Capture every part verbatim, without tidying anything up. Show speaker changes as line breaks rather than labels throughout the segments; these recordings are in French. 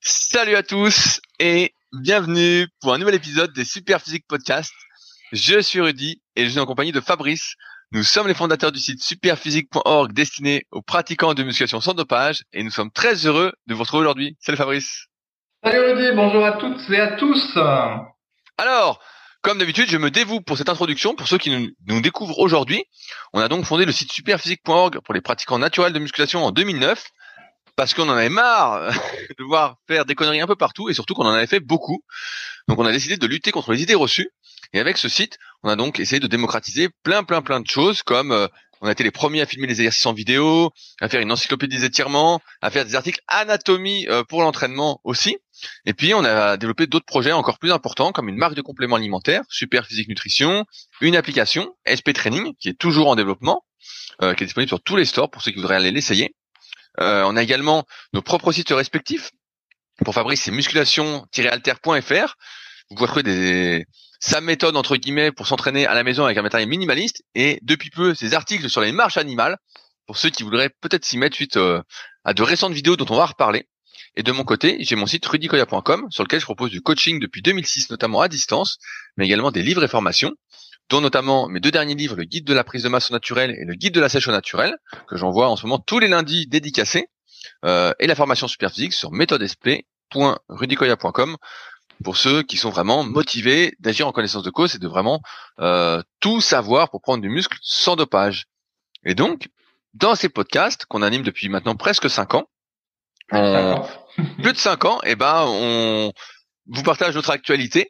Salut à tous et bienvenue pour un nouvel épisode des Super Physique Podcast. Je suis Rudy et je suis en compagnie de Fabrice. Nous sommes les fondateurs du site superphysique point org destiné aux pratiquants de musculation sans dopage et nous sommes très heureux de vous retrouver aujourd'hui. Salut Fabrice.
Salut Rudy, bonjour à toutes et à tous.
Alors, comme d'habitude, je me dévoue pour cette introduction. Pour ceux qui nous, nous découvrent aujourd'hui, on a donc fondé le site superphysique point org pour les pratiquants naturels de musculation en deux mille neuf. Parce qu'on en avait marre de voir faire des conneries un peu partout et surtout qu'on en avait fait beaucoup. Donc on a décidé de lutter contre les idées reçues. Et avec ce site, on a donc essayé de démocratiser plein plein plein de choses comme euh, on a été les premiers à filmer les exercices en vidéo, à faire une encyclopédie des étirements, à faire des articles anatomie euh, pour l'entraînement aussi. Et puis on a développé d'autres projets encore plus importants comme une marque de compléments alimentaires, Super Physique Nutrition, une application, S P Training, qui est toujours en développement, euh, qui est disponible sur tous les stores pour ceux qui voudraient aller l'essayer. Euh, on a également nos propres sites respectifs. Pour Fabrice, c'est musculation tiret alter point f r. Vous pouvez trouver des, sa méthode entre guillemets pour s'entraîner à la maison avec un matériel minimaliste et depuis peu ses articles sur les marches animales pour ceux qui voudraient peut-être s'y mettre suite euh, à de récentes vidéos dont on va reparler. Et de mon côté, j'ai mon site rudy koya point com sur lequel je propose du coaching depuis deux mille six, notamment à distance, mais également des livres et formations, dont notamment mes deux derniers livres, le guide de la prise de masse au naturel et le guide de la sèche au naturel, que j'envoie en ce moment tous les lundis dédicacés, euh, et la formation super physique sur méthode s p point rudy koya point com pour ceux qui sont vraiment motivés d'agir en connaissance de cause et de vraiment euh, tout savoir pour prendre du muscle sans dopage. Et donc, dans ces podcasts qu'on anime depuis maintenant presque cinq ans, on, plus de cinq ans, et ben on vous partage notre actualité.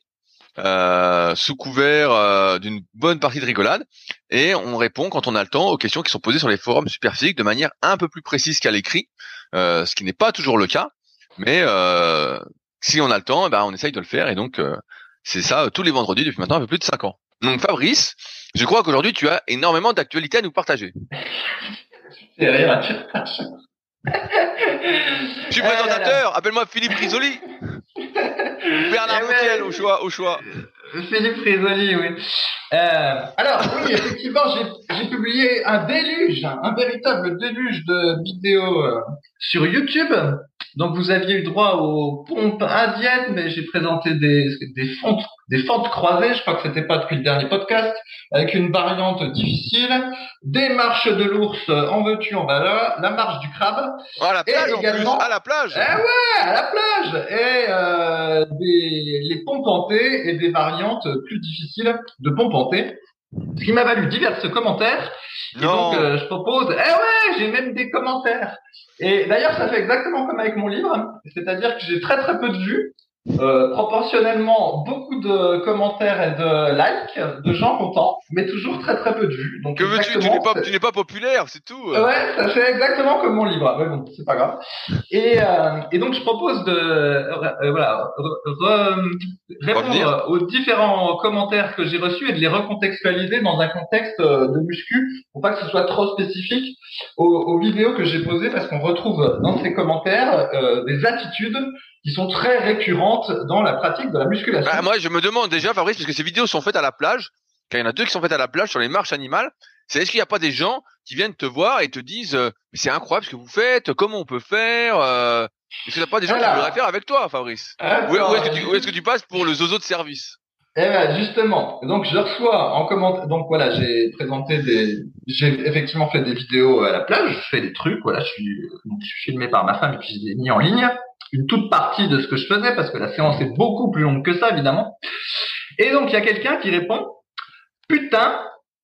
Euh, sous couvert euh, d'une bonne partie de rigolade et on répond quand on a le temps aux questions qui sont posées sur les forums Superphysique de manière un peu plus précise qu'à l'écrit, euh, ce qui n'est pas toujours le cas, mais euh, si on a le temps, bah, on essaye de le faire et donc euh, c'est ça euh, tous les vendredis depuis maintenant un peu plus de cinq ans. Donc Fabrice, je crois qu'aujourd'hui tu as énormément d'actualités à nous partager.
C'est rien.
Je suis présentateur, appelle-moi Philippe Risoli. Bernard
Eh
Montiel
ouais.
au choix, au choix.
Philippe Risoli, oui. Euh, alors, oui, effectivement, j'ai, j'ai publié un déluge, un véritable déluge de vidéos euh, sur YouTube. Donc, vous aviez eu droit aux pompes indiennes, mais j'ai présenté des, des fentes, des fentes croisées. Je crois que c'était pas depuis le dernier podcast, avec une variante difficile. Des marches de l'ours, en veux-tu, en voilà, la marche du crabe.
Oh, à la plage
Et
en
également,
plus, à la plage.
Eh ouais, à la plage. Et euh, des, les pompes hantées et des variantes plus difficiles de pompes hantées. Ce qui m'a valu divers commentaires. Et
Non.
donc, euh, je propose... Eh ouais, j'ai même des commentaires. Et d'ailleurs, ça fait exactement comme avec mon livre. C'est-à-dire que j'ai très très peu de vues. Euh, proportionnellement beaucoup de commentaires et de likes, de gens contents, mais toujours très très peu de vues. Donc
que veux-tu, tu n'es pas, tu n'es pas populaire, c'est tout.
Ouais, ça fait exactement comme mon livre, mais bon, c'est pas grave. Et, euh, et donc je propose de euh, voilà re, re, répondre
Revenir.
aux différents commentaires que j'ai reçus et de les recontextualiser dans un contexte de muscu pour pas que ce soit trop spécifique aux, aux vidéos que j'ai posées, parce qu'on retrouve dans ces commentaires euh, des attitudes qui sont très récurrentes dans la pratique de la musculation.
Ah, moi, je me demande déjà, Fabrice, parce que ces vidéos sont faites à la plage, car il y en a deux qui sont faites à la plage sur les marches animales, c'est est-ce qu'il n'y a pas des gens qui viennent te voir et te disent euh, mais c'est incroyable ce que vous faites, comment on peut faire euh... Est-ce qu'il n'y a pas des gens
Alors,
qui voudraient faire avec toi, Fabrice? Où, où est-ce que tu, où est-ce que tu passes pour le zozo de service?
Eh ben justement, donc je reçois en commentaire, donc voilà, j'ai présenté des, j'ai effectivement fait des vidéos à la plage, je fais des trucs, voilà, je suis, donc je suis filmé par ma femme et puis je l'ai mis en ligne, une toute partie de ce que je faisais parce que la séance est beaucoup plus longue que ça évidemment. Et donc il y a quelqu'un qui répond, putain,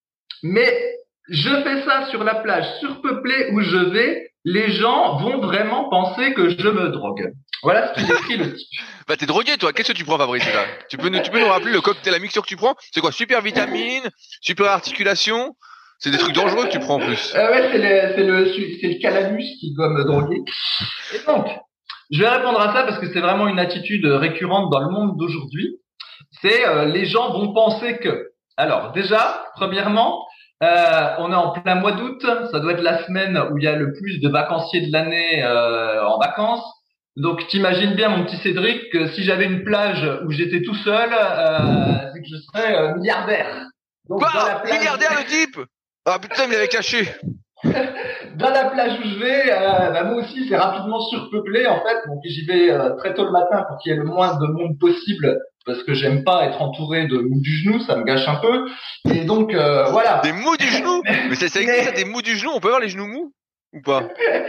mais je fais ça sur la plage surpeuplée où je vais, les gens vont vraiment penser que je me drogue. Voilà ce qu'il écrit le type.
Bah t'es drogué toi, qu'est-ce que tu prends, Fabrice là? Tu peux nous, tu peux nous rappeler le cocktail, la mixture que tu prends? C'est quoi? Super vitamine, super articulation? C'est des trucs dangereux que tu prends en plus.
Euh, ouais, c'est le, c'est le, c'est le calamus qui doit me droguer. Et donc, je vais répondre à ça parce que c'est vraiment une attitude récurrente dans le monde d'aujourd'hui. C'est euh, les gens vont penser que. Alors déjà, premièrement, euh, on est en plein mois d'août. Ça doit être la semaine où il y a le plus de vacanciers de l'année euh, en vacances. Donc, t'imagines bien, mon petit Cédric, que si j'avais une plage où j'étais tout seul, euh, c'est que je serais euh, milliardaire. Donc,
Quoi?
dans la plage...
Milliardaire le type? Ah putain, il me l'avait caché.
dans la plage où je vais, euh, bah, moi aussi, c'est rapidement surpeuplé, en fait. Donc, j'y vais euh, très tôt le matin pour qu'il y ait le moins de monde possible, parce que j'aime pas être entouré de mous du genou, ça me gâche un peu. Et donc, euh, voilà.
Des mous du genou? Mais ça, ça existe, ça, des mous du genou? On peut avoir les genoux mous? Ou pas?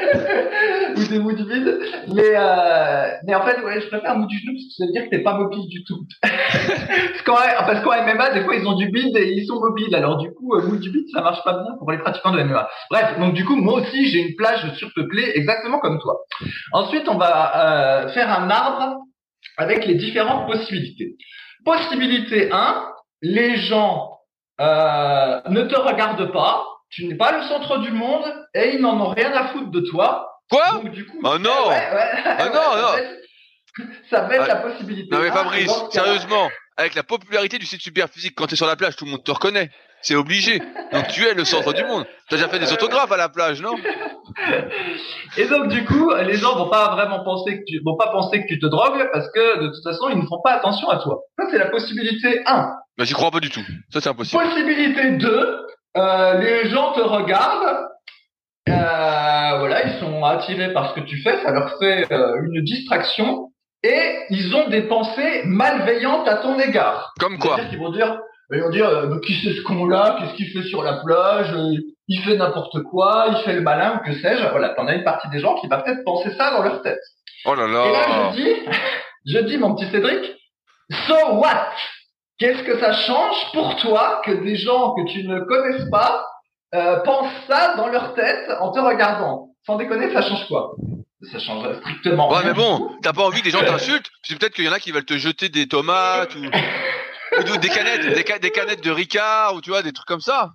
Ou des mous du vide. Mais, euh, mais en fait, ouais, je préfère mou du genou parce que ça veut dire que t'es pas mobile du tout. parce qu'en parce qu'en M M A, des fois, ils ont du bide et ils sont mobiles. Alors, du coup, euh, mou du bide, ça marche pas bien pour les pratiquants de M M A. Bref, donc du coup, moi aussi, j'ai une plage surpeuplée exactement comme toi. Ensuite, on va euh, faire un arbre avec les différentes possibilités. Possibilité un, les gens euh, ne te regardent pas. Tu n'es pas le centre du monde et ils n'en ont rien à foutre de toi.
Quoi?
Donc, du coup,
oh non!
ouais, ouais,
oh
ouais,
non,
ça
non!
va être, ça va être ah, la possibilité.
Non mais Fabrice, ah, sérieusement, avec la popularité du site Superphysique, quand t'es sur la plage, tout le monde te reconnaît. C'est obligé. Donc tu es le centre du monde. T'as déjà fait des autographes à la plage, non?
Et donc du coup, les gens vont pas vraiment penser que tu vont pas penser que tu te drogues parce que de toute façon, ils ne font pas attention à toi. Ça c'est la possibilité un.
Mais j'y crois pas du tout. Ça c'est impossible.
Possibilité deux, euh, les gens te regardent. Euh, voilà, ils sont attirés par ce que tu fais, ça leur fait euh, une distraction et ils ont des pensées malveillantes à ton égard.
Comme quoi?
C'est-à-dire qu'ils vont dire, ils vont dire, euh, qui c'est ce con-là, qu'est-ce qu'il fait sur la plage, euh, il fait n'importe quoi, il fait le malin ou que sais-je. Voilà, t'en as une partie des gens qui va peut-être penser ça dans leur tête.
Oh là là.
Et là, je dis, je dis, mon petit Cédric, so what? Qu'est-ce que ça change pour toi que des gens que tu ne connaisses pas Euh, pensent ça dans leur tête en te regardant? Sans déconner, ça change quoi? Ça change strictement
rien. Ouais,
rien.
mais bon, t'as pas envie que les gens t'insultent? C'est peut-être qu'il y en a qui veulent te jeter des tomates ou, ou des canettes, des, ca- des canettes de Ricard ou tu vois, des trucs comme ça.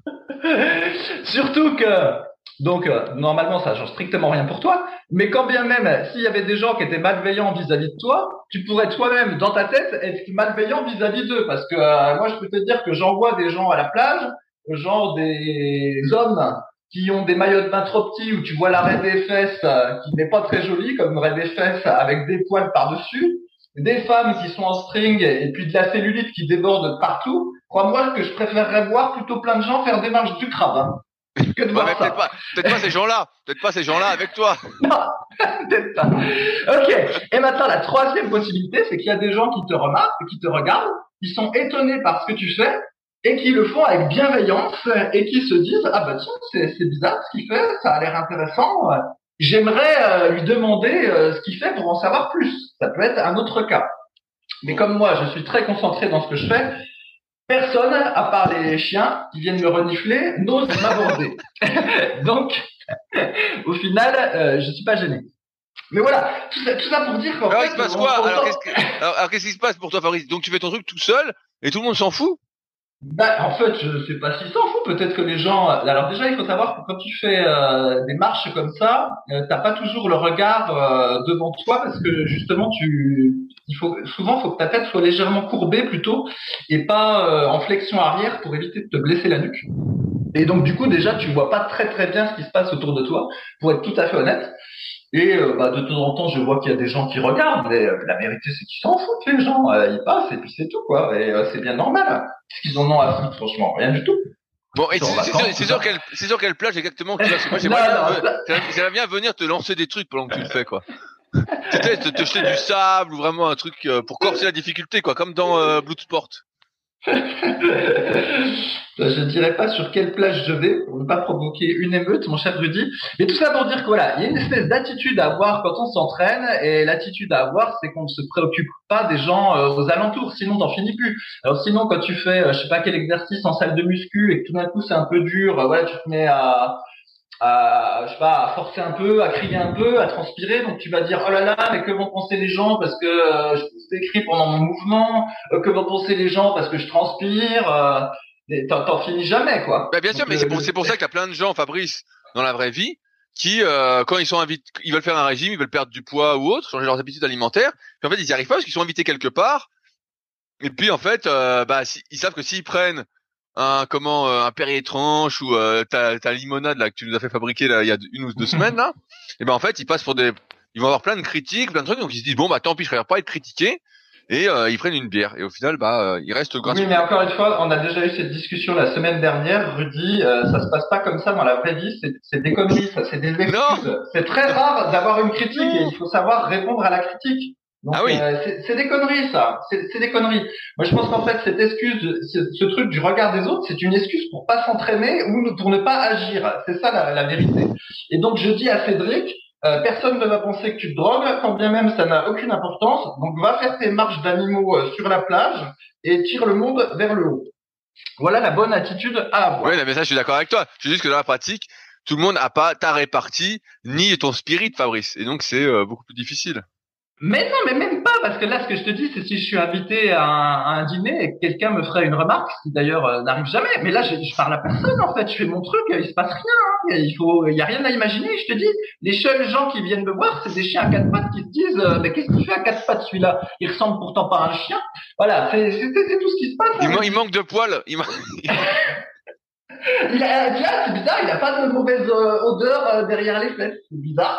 Surtout que, donc, euh, normalement, ça change strictement rien pour toi. Mais quand bien même, s'il y avait des gens qui étaient malveillants vis-à-vis de toi, tu pourrais toi-même, dans ta tête, être malveillant vis-à-vis d'eux. Parce que euh, moi, je peux te dire que j'envoie des gens à la plage, genre des hommes qui ont des maillots de bain trop petits où tu vois l'arrêt des fesses euh, qui n'est pas très joli comme l'arrêt des fesses avec des poils par-dessus, des femmes qui sont en string et puis de la cellulite qui déborde partout. Crois-moi que je préférerais voir plutôt plein de gens faire des marches du crabe hein, que de
ouais,
voir
mais
ça.
Peut-être pas, peut-être pas ces gens-là, peut-être pas ces gens-là avec toi.
Non, peut-être pas. Ok. Et maintenant la troisième possibilité, c'est qu'il y a des gens qui te remarquent, qui te regardent, qui sont étonnés par ce que tu fais et qui le font avec bienveillance et qui se disent ah bah tiens c'est c'est bizarre ce qu'il fait, ça a l'air intéressant, j'aimerais euh, lui demander euh, ce qu'il fait pour en savoir plus. Ça peut être un autre cas. Mais comme moi je suis très concentré dans ce que je fais, personne à part les chiens qui viennent me renifler n'ose m'aborder. Donc au final euh, je suis pas gêné. Mais voilà, tout ça, tout ça pour dire qu'en
alors,
fait
il se passe
on,
quoi
on
alors,
sent...
qu'est-ce que, alors, alors qu'est-ce qui se passe pour toi Fabrice? Donc tu fais ton truc tout seul et tout le monde s'en fout?
Bah, en fait, je sais pas s'ils s'en foutent. Peut-être que les gens. Alors déjà, il faut savoir que quand tu fais euh, des marches comme ça, euh, t'as pas toujours le regard euh, devant toi parce que justement, tu. Il faut souvent, faut que ta tête soit légèrement courbée plutôt et pas euh, en flexion arrière pour éviter de te blesser la nuque. Et donc, du coup, déjà, tu vois pas très très bien ce qui se passe autour de toi, pour être tout à fait honnête. Et euh, bah, de temps en temps, je vois qu'il y a des gens qui regardent, mais euh, la vérité, c'est qu'ils s'en foutent, les gens. Euh, ils passent et puis c'est tout, quoi. Et euh, c'est bien normal. Qu'est-ce qu'ils en ont à foutre, franchement? Rien du tout.
Bon, et c'est, c'est, sûr, c'est, sûr quelle, c'est sûr quelle plage exactement que tu vas. Moi, j'aimerais bien, ça... j'aimerais bien venir te lancer des trucs pendant que tu le fais, quoi. Peut-être te, te jeter du sable ou vraiment un truc euh, pour corser la difficulté, quoi, comme dans euh, Bloodsport.
Je dirais pas sur quelle plage je vais pour ne pas provoquer une émeute, mon cher Rudy. Mais tout ça pour dire que voilà, il y a une espèce d'attitude à avoir quand on s'entraîne, et l'attitude à avoir, c'est qu'on ne se préoccupe pas des gens euh, aux alentours, sinon t'en finis plus. Alors sinon, quand tu fais, euh, je sais pas quel exercice en salle de muscu et que tout d'un coup c'est un peu dur, euh, voilà, tu te mets à à, je sais pas, à forcer un peu, à crier un peu, à transpirer, donc tu vas dire oh là là, mais que vont penser les gens parce que euh, je pousse des cris pendant mon mouvement, euh, que vont penser les gens parce que je transpire, euh, et t'en, t'en finis jamais, quoi.
Bah bien sûr, donc, mais euh, c'est pour, c'est pour ça qu'il y a plein de gens, Fabrice, dans la vraie vie, qui, euh, quand ils sont invités, ils veulent faire un régime, ils veulent perdre du poids ou autre, changer leurs habitudes alimentaires, puis en fait ils y arrivent pas parce qu'ils sont invités quelque part, et puis en fait, euh, bah si, ils savent que s'ils prennent un comment euh, un Perrier tranche ou euh, ta ta limonade là que tu nous as fait fabriquer là il y a une ou deux semaines là, et ben en fait ils passent pour des, ils vont avoir plein de critiques, plein de trucs, donc ils se disent bon bah tant pis, je préfère pas être critiqué, et euh, ils prennent une bière. Et au final, bah, euh, ils restent gratuits.
Oui, mais encore une fois, on a déjà eu cette discussion la semaine dernière. Rudy, euh, ça se passe pas comme ça dans la vraie vie. C'est, c'est des conneries, ça, c'est des excuses.
Non.
C'est très rare d'avoir une critique et il faut savoir répondre à la critique. Donc,
Ah oui.
euh, c'est, c'est des conneries, ça. C'est, c'est des conneries. Moi, je pense qu'en fait, cette excuse, ce, ce truc du regard des autres, c'est une excuse pour pas s'entraîner ou pour ne pas agir. C'est ça la, la vérité. Et donc, je dis à Cédric, euh, personne ne va penser que tu te drogues, quand bien même ça n'a aucune importance. Donc, va faire tes marches d'animaux euh, sur la plage et tire le monde vers le haut. Voilà la bonne attitude à avoir.
Oui, mais ça, je suis d'accord avec toi. Je dis juste que dans la pratique, tout le monde n'a pas ta répartie ni ton spirit, Fabrice. Et donc, c'est euh, beaucoup plus difficile.
Mais non, mais même pas, parce que là, ce que je te dis, c'est si je suis invité à un, à un dîner et que quelqu'un me ferait une remarque, ce qui d'ailleurs euh, n'arrive jamais. Mais là, je, je parle à personne, en fait. Je fais mon truc, il se passe rien. Hein. Il faut, il y a rien à imaginer. Je te dis, les seuls gens qui viennent me voir, c'est des chiens à quatre pattes qui se disent, euh, mais qu'est-ce qu'il fait à quatre pattes celui-là? Il ressemble pourtant pas à un chien. Voilà, c'est, c'est, c'est tout ce qui se passe.
Il,
hein.
man- il manque de poils. Il man-
Il a, déjà, c'est bizarre, il a pas de mauvaise euh, odeur euh, derrière les fesses. C'est bizarre.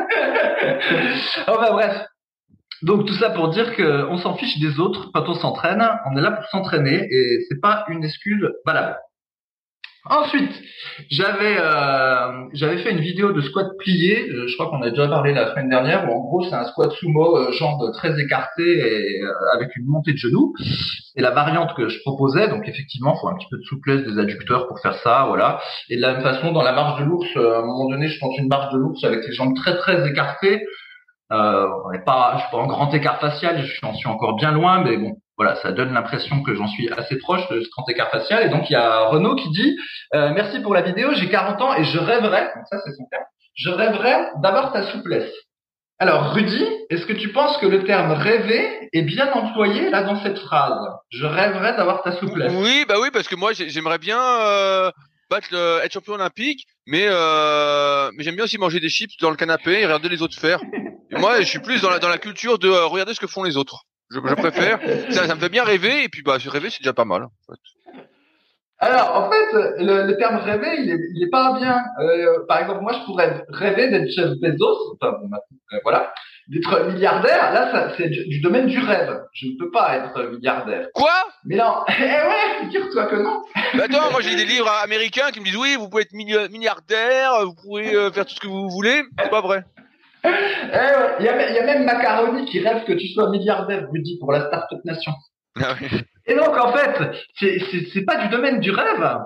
Enfin bref. Donc tout ça pour dire que on s'en fiche des autres quand on s'entraîne, on est là pour s'entraîner et c'est pas une excuse valable. Ensuite, j'avais euh, j'avais fait une vidéo de squat plié, euh, je crois qu'on a déjà parlé la semaine dernière, où en gros c'est un squat sumo, euh, jambes très écartées et euh, avec une montée de genoux. Et la variante que je proposais, donc effectivement, il faut un petit peu de souplesse des adducteurs pour faire ça, voilà. Et de la même façon, dans la marche de l'ours, euh, à un moment donné, je tente une marche de l'ours avec les jambes très très écartées. Euh, on n'est pas, je suis pas en grand écart facial, je suis, en suis encore bien loin, mais bon, voilà, ça donne l'impression que j'en suis assez proche de ce grand écart facial. Et donc il y a Renaud qui dit euh, merci pour la vidéo, j'ai quarante ans et je rêverais, donc ça c'est son terme, je rêverais d'avoir ta souplesse. Alors Rudy, est-ce que tu penses que le terme rêver est bien employé là dans cette phrase? Je rêverais d'avoir ta souplesse.
Oui, bah oui, parce que moi, j'ai- j'aimerais bien euh, battre le- être champion olympique, mais euh, mais j'aime bien aussi manger des chips dans le canapé et regarder les autres faire. Et moi, je suis plus dans la dans la culture de euh, regarder ce que font les autres. Je, je préfère. Ça, ça me fait bien rêver, et puis bah, rêver, c'est déjà pas mal. En fait.
Alors, en fait, le, le terme rêver, il est, il est pas bien. Euh, par exemple, moi, je pourrais rêver d'être Jeff Bezos, enfin, euh, voilà, d'être milliardaire. Là, ça, c'est du, du domaine du rêve. Je ne peux pas être milliardaire.
Quoi?
Mais non, eh ouais, figure-toi que non.
Bah attends, moi j'ai des livres américains qui me disent oui, vous pouvez être milli- milliardaire, vous pouvez euh, faire tout ce que vous voulez. C'est pas vrai.
Eh ouais, il y a, il y a même Macaroni qui rêve que tu sois milliardaire, Rudy, pour la Startup Nation.
Ah oui.
Et donc, en fait, c'est, c'est, c'est pas du domaine du rêve.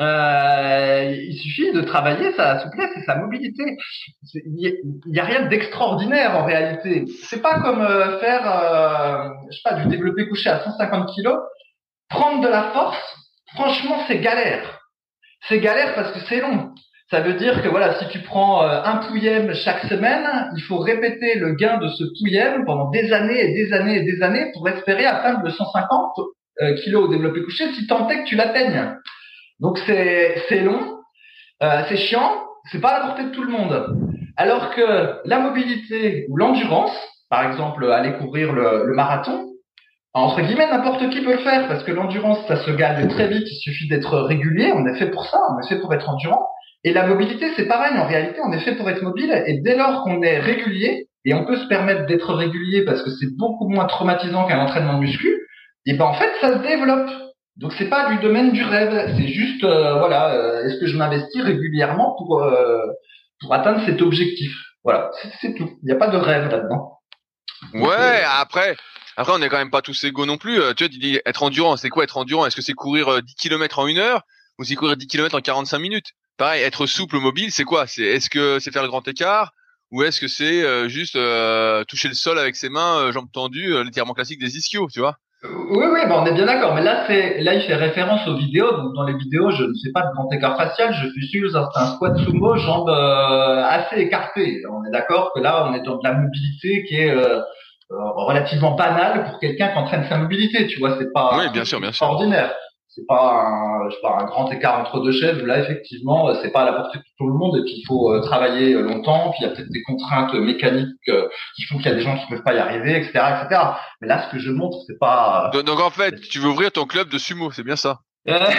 Euh, il suffit de travailler sa souplesse et sa mobilité. C'est- Il y, a- il y a rien d'extraordinaire en réalité. C'est pas comme euh, faire, euh, je sais pas, du développé couché à cent cinquante kilos. Prendre de la force, franchement, c'est galère. C'est galère parce que c'est long. Ça veut dire que voilà, si tu prends euh, un pouillem chaque semaine, il faut répéter le gain de ce pouillem pendant des années et des années et des années pour espérer atteindre le cent cinquante euh, kilos au développé couché si tant est que tu l'atteignes. Donc c'est c'est long, euh, c'est chiant, c'est pas à la portée de tout le monde. Alors que la mobilité ou l'endurance, par exemple aller courir le, le marathon, entre guillemets n'importe qui peut le faire parce que l'endurance ça se gagne très vite, il suffit d'être régulier, on est fait pour ça, on est fait pour être endurant. Et la mobilité c'est pareil, en réalité on est fait pour être mobile et dès lors qu'on est régulier, et on peut se permettre d'être régulier parce que c'est beaucoup moins traumatisant qu'un entraînement de muscu, et ben en fait ça se développe. Donc c'est pas du domaine du rêve, c'est juste euh, voilà, euh, est-ce que je m'investis régulièrement pour euh, pour atteindre cet objectif. Voilà, c'est, c'est tout. Il n'y a pas de rêve là-dedans.
Ouais, après, après on n'est quand même pas tous égaux non plus. Euh, tu vois, tu dis être endurant, c'est quoi être endurant? Est-ce que c'est courir euh, dix kilomètres en une heure ou c'est courir dix kilomètres en quarante-cinq minutes? Pareil, être souple, mobile, c'est quoi? C'est est-ce que c'est faire le grand écart ou est-ce que c'est euh, juste euh, toucher le sol avec ses mains, euh, jambes tendues, euh, l'étirement classique des ischios, tu vois?
Oui, oui, bah on est bien d'accord. Mais là, c'est là, il fait référence aux vidéos. Donc dans les vidéos, je ne fais pas de grand écart facial. Je fais juste un, un squat sumo, jambes euh, assez écartées. On est d'accord que là, on est dans de la mobilité qui est euh, euh, relativement banale pour quelqu'un qui entraîne sa mobilité. Tu vois, c'est pas
Oui, bien sûr, bien sûr.
extraordinaire. C'est pas un, je sais pas, un grand écart entre deux chaises. Là, effectivement, c'est pas à la portée de tout le monde et puis il faut euh, travailler longtemps. Puis il y a peut-être des contraintes mécaniques euh, qui font qu'il y a des gens qui peuvent pas y arriver, et cetera, et cetera. Mais là, ce que je montre, c'est pas.
Donc, donc en fait, tu veux ouvrir ton club de sumo, c'est bien ça?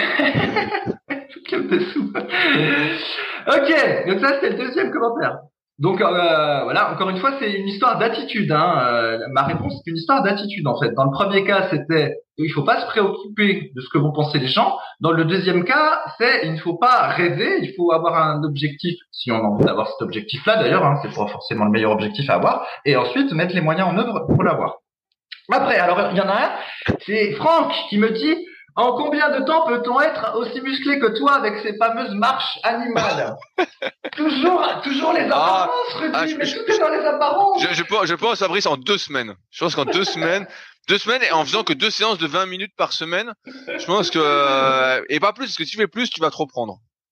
Club de sous. Ok, donc ça c'était le deuxième commentaire. Donc euh, voilà, encore une fois, c'est une histoire d'attitude. Hein. Euh, ma réponse, c'est une histoire d'attitude en fait. Dans le premier cas, c'était il faut pas se préoccuper de ce que vont penser les gens. Dans le deuxième cas, c'est il ne faut pas rêver, il faut avoir un objectif. Si on a envie d'avoir cet objectif-là, d'ailleurs, hein, c'est pas forcément le meilleur objectif à avoir. Et ensuite mettre les moyens en œuvre pour l'avoir. Après, alors il y en a un, c'est Franck qui me dit. En combien de temps peut-on être aussi musclé que toi avec ces fameuses marches animales? Toujours, toujours les apparences, ah, Rudy, ah, je, mais je, tout est dans les apparences.
Je, je, pense, je pense, Fabrice, en deux semaines. Je pense qu'en deux semaines, deux semaines, et en faisant que deux séances de vingt minutes par semaine, je pense que, euh, et pas plus, parce que si tu fais plus, tu vas trop prendre.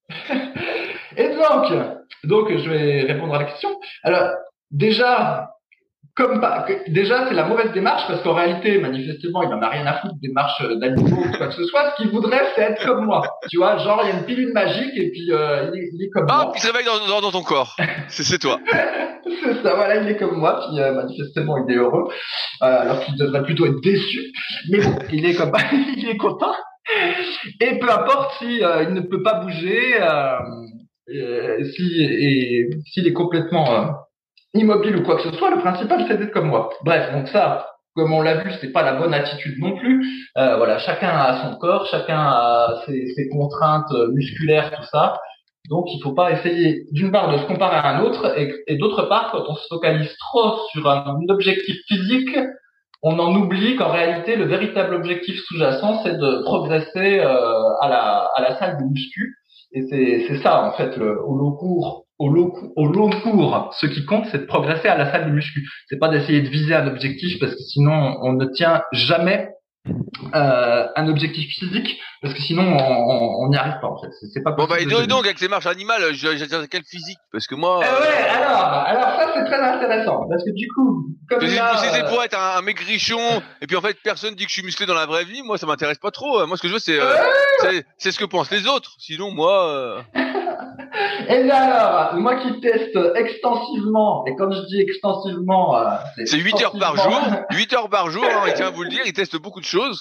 Et donc, donc, je vais répondre à la question. Alors, déjà, Comme pas, déjà, c'est la mauvaise démarche parce qu'en réalité, manifestement, il en a rien à foutre des marches d'animaux ou quoi que ce soit. Ce qu'il voudrait, c'est être comme moi. Tu vois, genre, il y a une pilule magique et puis euh, il, est, il est comme
ah,
moi.
Ah, il se réveille dans, dans, dans ton corps. C'est, c'est toi.
C'est ça, voilà, il est comme moi. Puis euh, manifestement, il est heureux. Euh, alors qu'il devrait plutôt être déçu. Mais bon, il est comme, il est content. Et peu importe si euh, il ne peut pas bouger, euh, euh, si et s'il est complètement euh, immobile ou quoi que ce soit, le principal c'est d'être comme moi. Bref, donc ça, comme on l'a vu, c'est pas la bonne attitude non plus. Euh, voilà, chacun a son corps, chacun a ses, ses contraintes musculaires, tout ça. Donc il faut pas essayer d'une part de se comparer à un autre et, et d'autre part, quand on se focalise trop sur un, un objectif physique, on en oublie qu'en réalité le véritable objectif sous-jacent c'est de progresser euh, à la à la salle de muscu. Et c'est c'est ça en fait le, au long cours. Au long, au long cours, ce qui compte, c'est de progresser à la salle de muscu. C'est pas d'essayer de viser un objectif parce que sinon on ne tient jamais euh, un objectif physique parce que sinon on n'y arrive pas en fait. C'est, c'est pas
bon bah et donc, donc avec les marches animales, j'ai quel physique parce que moi.
Euh, ouais, alors alors ça c'est très intéressant parce que du coup comme
c'est,
là,
c'est, c'est pour être un, un maigrichon et puis en fait personne dit que je suis musclé dans la vraie vie. Moi ça m'intéresse pas trop. Moi ce que je veux c'est euh, c'est, c'est ce que pensent les autres. Sinon moi. Euh...
Et bien alors, moi qui teste extensivement, et quand je dis extensivement, euh,
c'est, c'est huit heures par jour, huit heures par jour, hein, il tient à vous le dire, il teste beaucoup de choses.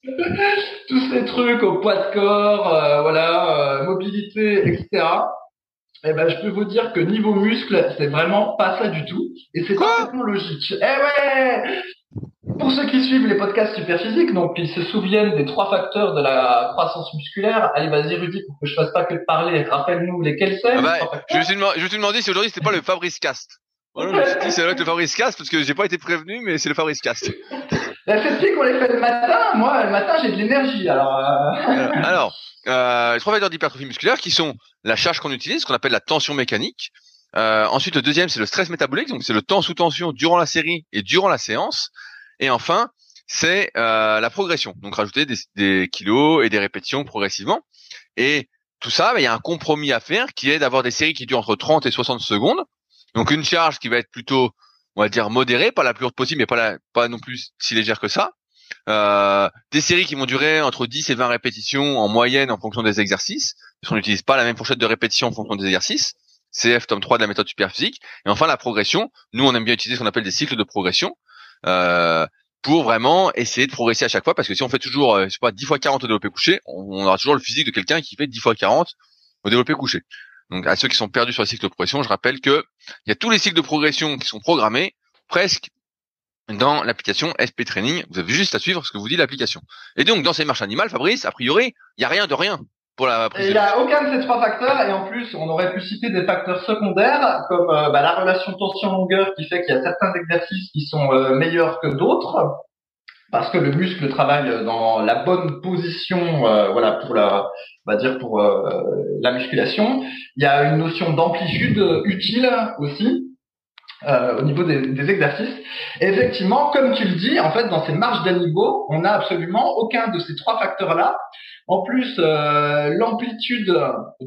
Tous ces trucs au poids de corps, euh, voilà, euh, mobilité, et cetera. Eh ben, je peux vous dire que niveau muscle, c'est vraiment pas ça du tout. Et c'est
Quoi
parfaitement logique. Eh ouais! Pour ceux qui suivent les podcasts Superphysique, donc qui se souviennent des trois facteurs de la croissance musculaire, allez vas-y Rudy, pour que je fasse pas que de parler, rappelle-nous lesquels c'est.
Ah bah, je, me suis demandé, je me suis demandé si aujourd'hui c'était pas le Fabrice Cast. Voilà, je me suis dit c'est vrai que le Fabrice Cast parce que j'ai pas été prévenu, mais c'est le Fabrice Cast.
La fatigue, on les fait le matin. Moi, le matin, j'ai de l'énergie. Alors, euh...
alors euh, les trois facteurs d'hypertrophie musculaire qui sont la charge qu'on utilise, ce qu'on appelle la tension mécanique. Euh, ensuite, le deuxième, c'est le stress métabolique, donc c'est le temps sous tension durant la série et durant la séance. Et enfin, c'est euh, la progression, donc rajouter des, des kilos et des répétitions progressivement. Et tout ça, bah, il y a un compromis à faire qui est d'avoir des séries qui durent entre trente et soixante secondes. Donc une charge qui va être plutôt, on va dire, modérée, pas la plus haute possible, mais pas, la, pas non plus si légère que ça. Euh, des séries qui vont durer entre dix et vingt répétitions en moyenne en fonction des exercices, parce qu'on n'utilise pas la même fourchette de répétition en fonction des exercices. C F tome trois de la méthode Superphysique. Et enfin, la progression. Nous, on aime bien utiliser ce qu'on appelle des cycles de progression. Euh, pour vraiment essayer de progresser à chaque fois, parce que si on fait toujours, euh, je sais pas, dix fois quarante au développé couché, on, on aura toujours le physique de quelqu'un qui fait dix fois quarante au développé couché. Donc, à ceux qui sont perdus sur le cycle de progression, je rappelle que il y a tous les cycles de progression qui sont programmés, presque, dans l'application S P Training. Vous avez juste à suivre ce que vous dit l'application. Et donc, dans ces marches animales, Fabrice, a priori, il y a rien de rien. Pour la
il n'y a aucun de ces trois facteurs et en plus on aurait pu citer des facteurs secondaires comme euh, bah, la relation tension-longueur qui fait qu'il y a certains exercices qui sont euh, meilleurs que d'autres parce que le muscle travaille dans la bonne position euh, voilà pour la on va dire pour euh, la musculation. Il y a une notion d'amplitude utile aussi. Euh, au niveau des, des exercices. Et effectivement, comme tu le dis, en fait, dans ces marches d'animaux, on n'a absolument aucun de ces trois facteurs-là. En plus, euh, l'amplitude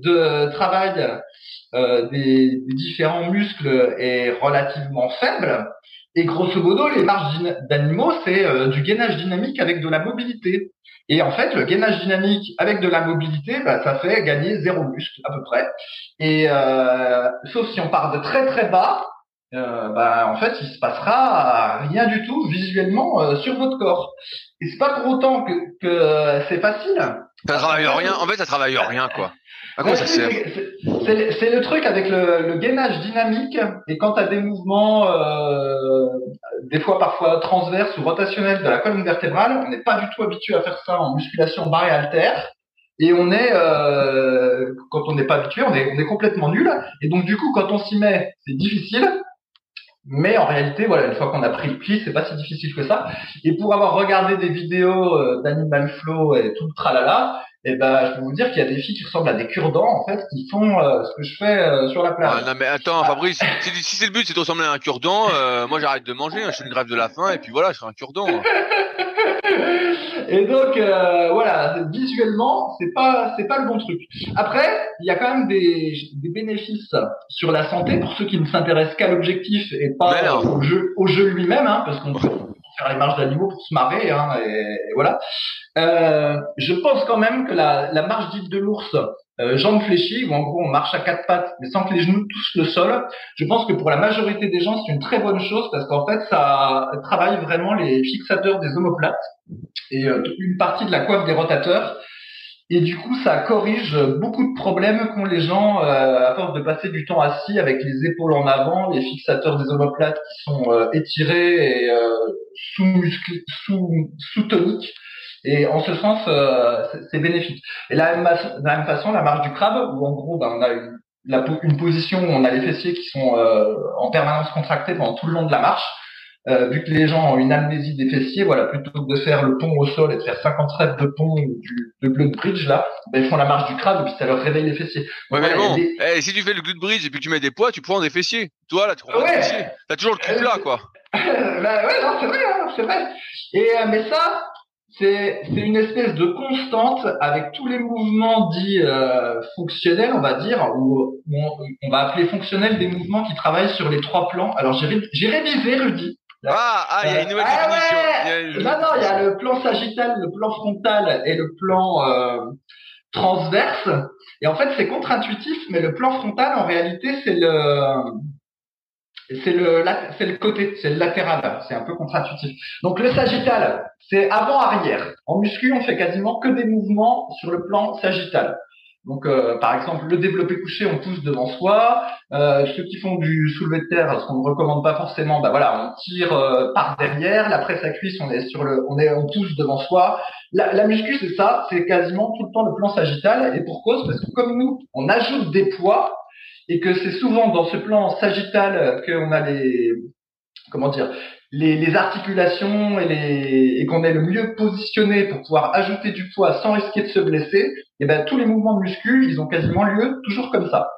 de travail euh, des, des différents muscles est relativement faible. Et grosso modo, les marches d'animaux, c'est euh, du gainage dynamique avec de la mobilité. Et en fait, le gainage dynamique avec de la mobilité, bah, ça fait gagner zéro muscle à peu près. Et euh, sauf si on part de très très bas, Euh, bah, en fait, il se passera rien du tout visuellement euh, sur votre corps. Et c'est pas pour autant que, que euh, c'est facile.
Ça travaille rien. En fait, ça travaille rien, quoi. À quoi
Ouais,
ça
si,
sert?
c'est c'est- c'est- c'est le truc avec le, le gainage dynamique et quand tu as des mouvements, euh, des fois parfois transverses ou rotationnels de la colonne vertébrale, on n'est pas du tout habitué à faire ça en musculation barre et haltère. Et on est, euh, quand on n'est pas habitué, on est, on est complètement nul. Et donc du coup, quand on s'y met, c'est difficile. Mais en réalité, voilà, une fois qu'on a pris le pli, c'est pas si difficile que ça. Et pour avoir regardé des vidéos euh, d'Animal Flow et tout le tralala, eh ben, je peux vous dire qu'il y a des filles qui ressemblent à des cure-dents, en fait, qui font euh, ce que je fais euh, sur la
Ah,
plage.
non, mais attends,
Ah.
Fabrice, si, si c'est le but, c'est de ressembler à un cure-dent, euh, moi j'arrête de manger, hein, je fais une grève de la faim, et puis voilà, je serai un cure-dent. Hein.
Et donc euh, voilà, visuellement, c'est pas c'est pas le bon truc. Après, il y a quand même des, des bénéfices sur la santé pour ceux qui ne s'intéressent qu'à l'objectif et
Mais
pas
non.
au jeu au jeu lui-même, hein, parce qu'on peut faire les marches d'animaux pour se marrer, hein, et, et voilà. Euh, je pense quand même que la, la marche dite de l'ours, euh, jambes fléchies, où en gros on marche à quatre pattes mais sans que les genoux touchent le sol, je pense que pour la majorité des gens c'est une très bonne chose parce qu'en fait ça travaille vraiment les fixateurs des omoplates et euh, une partie de la coiffe des rotateurs. Et du coup, ça corrige beaucoup de problèmes qu'ont les gens euh, à force de passer du temps assis avec les épaules en avant, les fixateurs des omoplates qui sont euh, étirés et euh, sous-musclés, sous, sous-toniques. Et en ce sens, euh, c'est, c'est bénéfique. Et de la même, de la même façon, la marche du crabe, où en gros, ben, on a une, la, une position où on a les fessiers qui sont euh, en permanence contractés pendant tout le long de la marche. Euh, vu que les gens ont une amnésie des fessiers, voilà, plutôt que de faire le pont au sol et de faire cinquante reps de pont du, de glute bridge, là, ben, ils font la marche du crabe et puis ça leur réveille les fessiers.
Ouais,
Donc,
mais
voilà,
bon,
des...
eh, si tu fais le glute bridge et puis que tu mets des poids, tu prends des fessiers. Toi, là, tu prends pas de
ouais.
fessiers. T'as toujours le cul plat, quoi.
ben, ouais, non, c'est vrai, hein, c'est vrai. Et, euh, mais ça, c'est, c'est une espèce de constante avec tous les mouvements dits euh, fonctionnels, on va dire, ou on, on va appeler fonctionnels des mouvements qui travaillent sur les trois plans. Alors, j'ai, j'ai révisé, Rudy.
Ah, ah, il y a une nouvelle
Euh, ah
définition.
ouais.
Il y a une...
Non, non, il y a le plan sagittal, le plan frontal et le plan euh, transverse. Et en fait, c'est contre-intuitif, mais le plan frontal, en réalité, c'est le c'est le c'est le côté, c'est le latéral. C'est un peu contre-intuitif. Donc le sagittal, c'est avant-arrière. En muscu, on fait quasiment que des mouvements sur le plan sagittal. Donc, euh, par exemple, le développé couché, on pousse devant soi. Euh, ceux qui font du soulevé de terre, ce qu'on ne recommande pas forcément, bah voilà, on tire euh, par derrière. La presse à cuisse, on est sur le, on est, on pousse devant soi. La, la muscu, c'est ça, c'est quasiment tout le temps le plan sagittal. Et pour cause, parce que comme nous, on ajoute des poids et que c'est souvent dans ce plan sagittal qu'on a les, comment dire, les, les articulations et, les, et qu'on est le mieux positionné pour pouvoir ajouter du poids sans risquer de se blesser, et ben tous les mouvements de muscu, ils ont quasiment lieu toujours comme ça.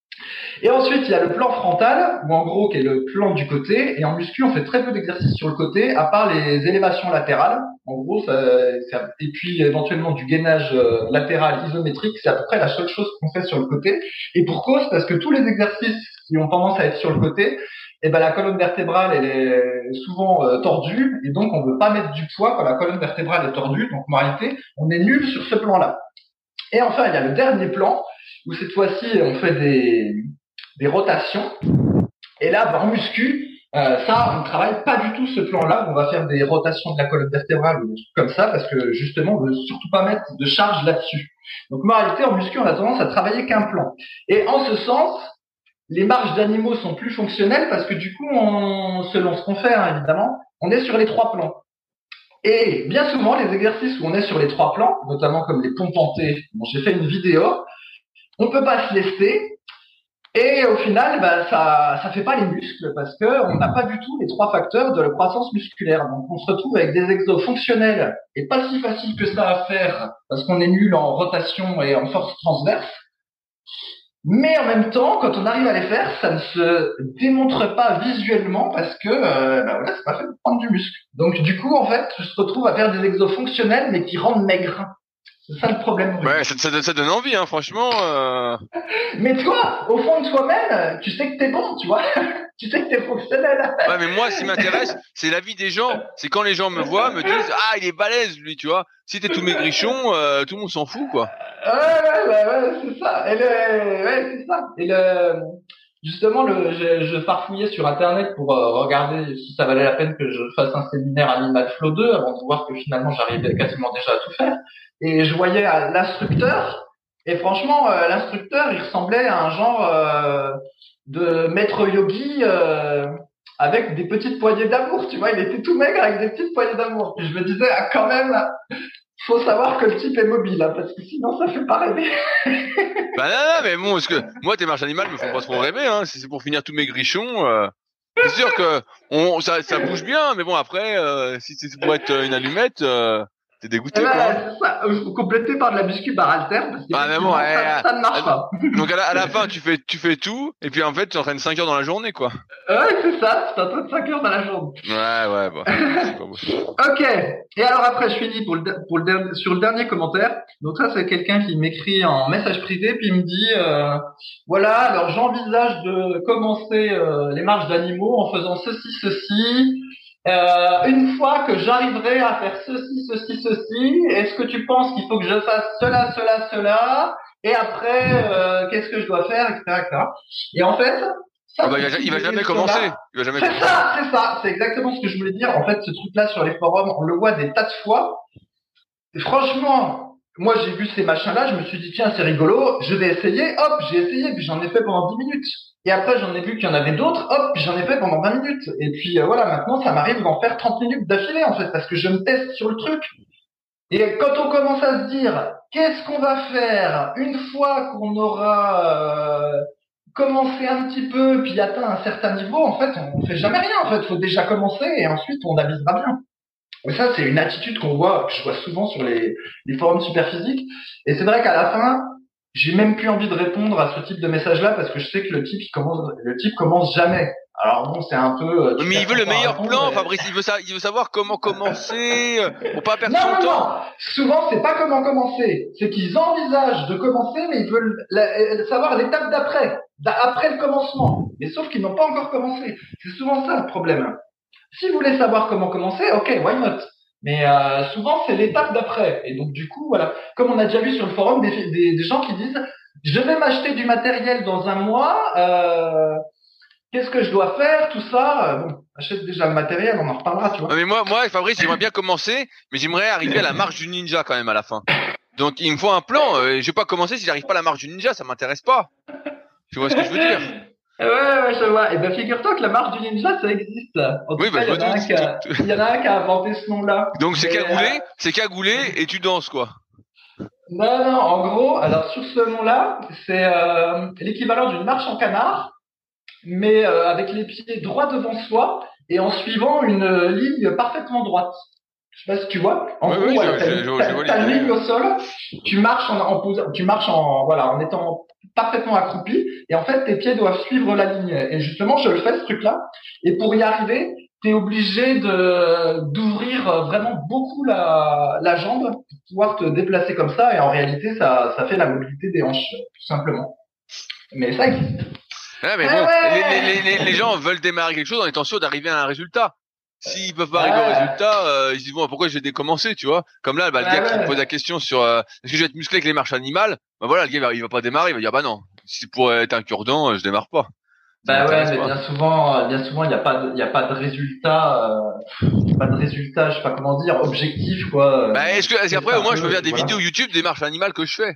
Et ensuite, il y a le plan frontal, ou en gros, qui est le plan du côté. Et en muscu, on fait très peu d'exercices sur le côté, à part les élévations latérales. En gros, ça, ça, et puis éventuellement du gainage latéral isométrique. C'est à peu près la seule chose qu'on fait sur le côté. Et pour cause, parce que tous les exercices qui ont tendance à être sur le côté, eh ben la colonne vertébrale elle est souvent euh, tordue et donc on ne veut pas mettre du poids quand la colonne vertébrale est tordue. Donc en réalité, on est nul sur ce plan-là. Et enfin, il y a le dernier plan où cette fois-ci on fait des des rotations. Et là, bah, en muscu, euh, ça, on ne travaille pas du tout ce plan-là. On va faire des rotations de la colonne vertébrale ou des trucs comme ça parce que justement, on veut surtout pas mettre de charge là-dessus. Donc, en réalité, en muscu, on a tendance à travailler qu'un plan. Et en ce sens, les marches d'animaux sont plus fonctionnelles parce que du coup, on, selon ce qu'on fait, hein, évidemment, on est sur les trois plans. Et bien souvent, les exercices où on est sur les trois plans, notamment comme les pompes hantées, dont j'ai fait une vidéo, on peut pas se laisser. Et au final, bah, ça, ça fait pas les muscles parce que on n'a pas du tout les trois facteurs de la croissance musculaire. Donc, on se retrouve avec des exos fonctionnels et pas si facile que ça à faire parce qu'on est nul en rotation et en force transverse. Mais en même temps, quand on arrive à les faire, ça ne se démontre pas visuellement parce que, euh, bah voilà, c'est pas fait pour prendre du muscle. Donc, du coup, en fait, je se retrouve à faire des exos fonctionnels mais qui rendent maigre. C'est ça le problème.
Ouais, ça, ça, ça donne envie, hein, franchement. Euh...
Mais toi, au fond de toi-même, tu sais que t'es bon, tu vois. Tu sais que t'es fonctionnel.
Ouais, mais moi, ce qui m'intéresse, c'est la vie des gens. C'est quand les gens me voient, me disent, ah, il est balèze, lui, tu vois. Si t'es tout maigrichon, euh, tout le monde s'en fout, quoi.
Ouais, ouais, ouais, ouais, c'est ça. Et le, ouais, c'est ça. Et le, justement, le, je, je farfouillais sur Internet pour euh, regarder si ça valait la peine que je fasse un séminaire Animal Flow deux avant de voir que finalement j'arrivais quasiment déjà à tout faire. Et je voyais l'instructeur Et franchement, euh, l'instructeur, il ressemblait à un genre euh, de maître yogi euh, avec des petites poignées d'amour, tu vois. Il était tout maigre avec des petites poignées d'amour. Et je me disais, ah, quand même, faut savoir que le type est mobile, hein, parce que sinon, ça fait pas rêver.
Bah non, non, mais bon, parce que moi, tes marches animales me font pas trop rêver, hein. Si c'est pour finir tous mes grichons, euh, c'est sûr que on, ça, ça bouge bien, mais bon, après, euh, si c'est pour être une allumette, euh, t'es dégoûté,
Et ben,
quoi.
c'est ça, il faut compléter par de la muscu par haltère, parce
Ah, mais bon,
qu'effectivement,
ouais,
ça, ça ne marche
ouais.
pas.
Donc à la, à la fin, tu fais, tu fais tout, et puis en fait, tu entraînes cinq heures dans la journée, quoi.
Ouais, c'est ça, c'est un peu de cinq heures dans la journée.
Ouais, ouais, bah, c'est pas beau.
Ok. Et alors après, je finis pour le, pour le der- sur le dernier commentaire. Donc ça, c'est quelqu'un qui m'écrit en message privé, puis il me dit, euh, voilà, alors j'envisage de commencer euh, les marches d'animaux en faisant ceci, ceci. Euh, une fois que j'arriverai à faire ceci, ceci, ceci, est-ce que tu penses qu'il faut que je fasse cela, cela, cela? Et après, euh, qu'est-ce que je dois faire, et cetera, et cetera. Et en fait, ça,
Ah bah, il va,
c'est
il va
ces
jamais
questions-là.
commencer. Il va jamais
C'est
commencer.
ça, c'est ça, c'est exactement ce que je voulais dire. En fait, ce truc-là sur les forums, on le voit des tas de fois. Et franchement, moi j'ai vu ces machins-là, je me suis dit tiens c'est rigolo, je vais essayer. Hop, j'ai essayé, puis j'en ai fait pendant dix minutes. Et après j'en ai vu qu'il y en avait d'autres. Hop, puis j'en ai fait pendant vingt minutes. Et puis euh, voilà, maintenant ça m'arrive d'en faire trente minutes d'affilée en fait, parce que je me teste sur le truc. Et quand on commence à se dire qu'est-ce qu'on va faire une fois qu'on aura euh, commencé un petit peu, puis atteint un certain niveau, en fait, on fait jamais rien. En fait, faut déjà commencer et ensuite on avisera bien. Et ça, c'est une attitude qu'on voit, que je vois souvent sur les, les forums superphysiques. Et c'est vrai qu'à la fin, j'ai même plus envie de répondre à ce type de message-là parce que je sais que le type, il commence, le type commence jamais. Alors bon, c'est un peu.
Mais il veut le meilleur plan, Fabrice. Il veut ça, il veut savoir comment commencer, euh, pour pas perdre
non,
son
non,
temps.
non. Souvent, c'est pas comment commencer. C'est qu'ils envisagent de commencer, mais ils veulent la, savoir l'étape d'après, après le commencement. Mais sauf qu'ils n'ont pas encore commencé. C'est souvent ça le problème. Si vous voulez savoir comment commencer, ok, why not? Mais euh, souvent, c'est l'étape d'après. Et donc, du coup, voilà. Comme on a déjà vu sur le forum, des, des, des gens qui disent « Je vais m'acheter du matériel dans un mois. Euh, qu'est-ce que je dois faire ?» Tout ça. Bon, achète déjà le matériel, on en reparlera, tu vois.
Non, mais moi, moi, Fabrice, j'aimerais bien commencer, mais j'aimerais arriver à la marche du ninja quand même à la fin. Donc, il me faut un plan. Euh, je vais pas commencer si j'arrive pas à la marche du ninja, ça m'intéresse pas. Tu vois ce que je veux dire?
Ouais, ouais, je vois. Et ben, figure-toi que la marche du ninja, ça existe. En tout
Oui, bah,
cas,
je
il y en a
me
un
doute.
qui a, il y en a un qui a inventé ce nom-là.
Donc, c'est
Mais,
cagoulé,
euh,
c'est cagoulé et tu danses, quoi.
Non, non, en gros, alors sur ce nom-là, c'est euh, l'équivalent d'une marche en canard, mais euh, avec les pieds droits devant soi et en suivant une euh, ligne parfaitement droite. Je sais pas si tu vois. En
Oui,
gros,
oui,
voilà,
je-
t'as,
je- je-
t'as-
je vois
t'as une
l'idée.
ligne au sol, tu marches en, en pose, tu marches en voilà, en étant parfaitement accroupi, et en fait tes pieds doivent suivre la ligne. Et justement, je le fais ce truc-là. Et pour y arriver, t'es obligé de d'ouvrir vraiment beaucoup la la jambe pour pouvoir te déplacer comme ça. Et en réalité, ça ça fait la mobilité des hanches, tout simplement. Mais ça existe.
Ouais, mais
Ah
bon,
ouais.
les, les, les, les gens veulent démarrer quelque chose en étant sûrs d'arriver à un résultat. S'ils peuvent pas arriver au
Ouais.
résultat, euh, ils se disent bon, pourquoi je vais décommencer, tu vois? Comme là, bah, le
Ouais,
gars qui me
ouais.
pose la question sur euh, est-ce que je vais être musclé avec les marches animales, bah voilà, le gars il va, il va pas démarrer, il va dire bah non, si c'est pour être un cure-dent, euh, je démarre pas. Ça
Bah ouais,
m'intéresse
mais
pas.
bien souvent, bien souvent, il n'y a pas de, il y a pas de résultat, euh, pas de résultat, je sais pas comment dire, objectif, quoi.
Bah est-ce que est-ce
C'est
qu'après au
un
moins
peu,
je peux faire des
voilà.
vidéos YouTube des marches animales que je fais?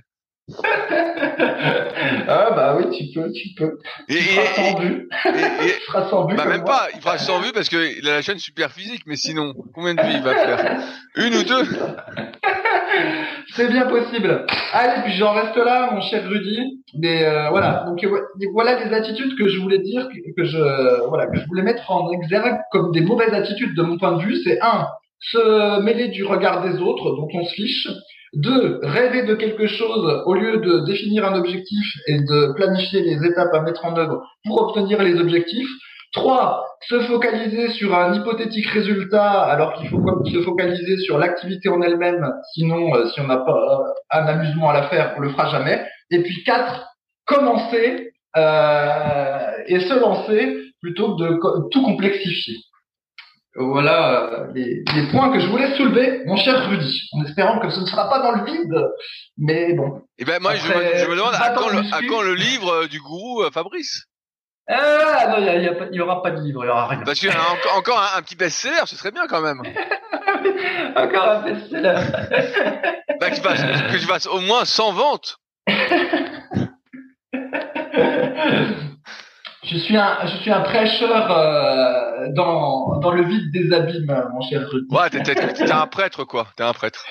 Ah bah oui, tu peux, tu peux.
Et,
Tu
et,
feras sans
et,
vue.
et- et-
Tu feras sans vue
bah
comme
même
moi.
pas, il fera cent vues parce que il a la chaîne super physique, mais sinon, combien de vues il va faire? Une ou deux?
C'est bien possible. Allez, puis j'en reste là, mon cher Rudy. Mais euh, voilà, donc euh, voilà des attitudes que je voulais dire, que, que je voilà, que je voulais mettre en exergue comme des mauvaises attitudes de mon point de vue. C'est un, se mêler du regard des autres, dont on se fiche. Deux, rêver de quelque chose au lieu de définir un objectif et de planifier les étapes à mettre en œuvre pour obtenir les objectifs. Trois, se focaliser sur un hypothétique résultat alors qu'il faut se focaliser sur l'activité en elle-même. Sinon, euh, si on n'a pas euh, un amusement à la faire, on le fera jamais. Et puis quatre, commencer euh, et se lancer plutôt que de co- tout complexifier. Voilà euh, les, les points que je voulais soulever, mon cher Rudy, en espérant que ce ne sera pas dans le vide. Mais bon.
Et ben moi je me,
Après,
je me demande à
va-t'en
quand le, à
muscu.
quand le livre euh, du gourou euh, Fabrice?
Ah non, il y, a- il y, a pas- il y aura pas de livre, il y aura rien.
Parce qu'il y a encore, encore un, un petit best-seller, ce serait bien quand même.
Encore un best-seller.
Bah, que, je fasse, que je fasse au moins cent ventes.
Je suis un, je suis un prêcheur euh, dans, dans le vide des abîmes, mon cher Rudy.
Ouais, t'es, t'es, t'es un prêtre, quoi. T'es un prêtre.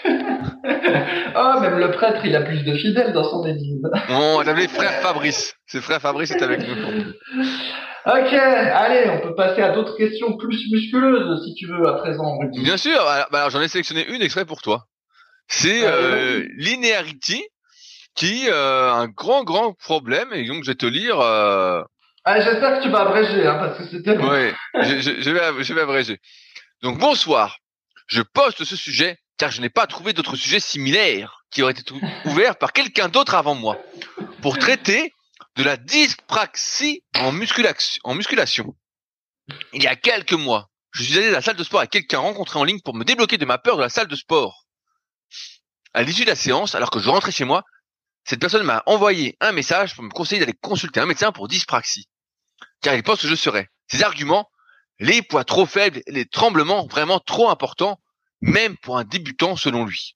Oh, même le prêtre, il a plus de fidèles dans son église.
On avait frère Fabrice. C'est frère Fabrice est avec nous.
Ok, allez, on peut passer à d'autres questions plus musculeuses, si tu veux, à présent, Rudy.
Bien sûr. Alors, bah, alors, j'en ai sélectionné une extrait pour toi. C'est euh, Linearity, qui euh, un grand, grand problème. Et donc, je vais te lire... Euh...
Ah, j'espère que tu vas abréger, hein, parce que c'était long.
Ouais, je, je, je, vais, je vais abréger. Donc, bonsoir. Je poste ce sujet car je n'ai pas trouvé d'autres sujets similaires qui auraient été ouverts par quelqu'un d'autre avant moi pour traiter de la dyspraxie en, musculation, en musculation. Il y a quelques mois, je suis allé à la salle de sport avec quelqu'un rencontré en ligne pour me débloquer de ma peur de la salle de sport. À l'issue de la séance, alors que je rentrais chez moi, cette personne m'a envoyé un message pour me conseiller d'aller consulter un médecin pour dyspraxie, car il pense que je serais. Ses arguments, les poids trop faibles, les tremblements vraiment trop importants, même pour un débutant selon lui.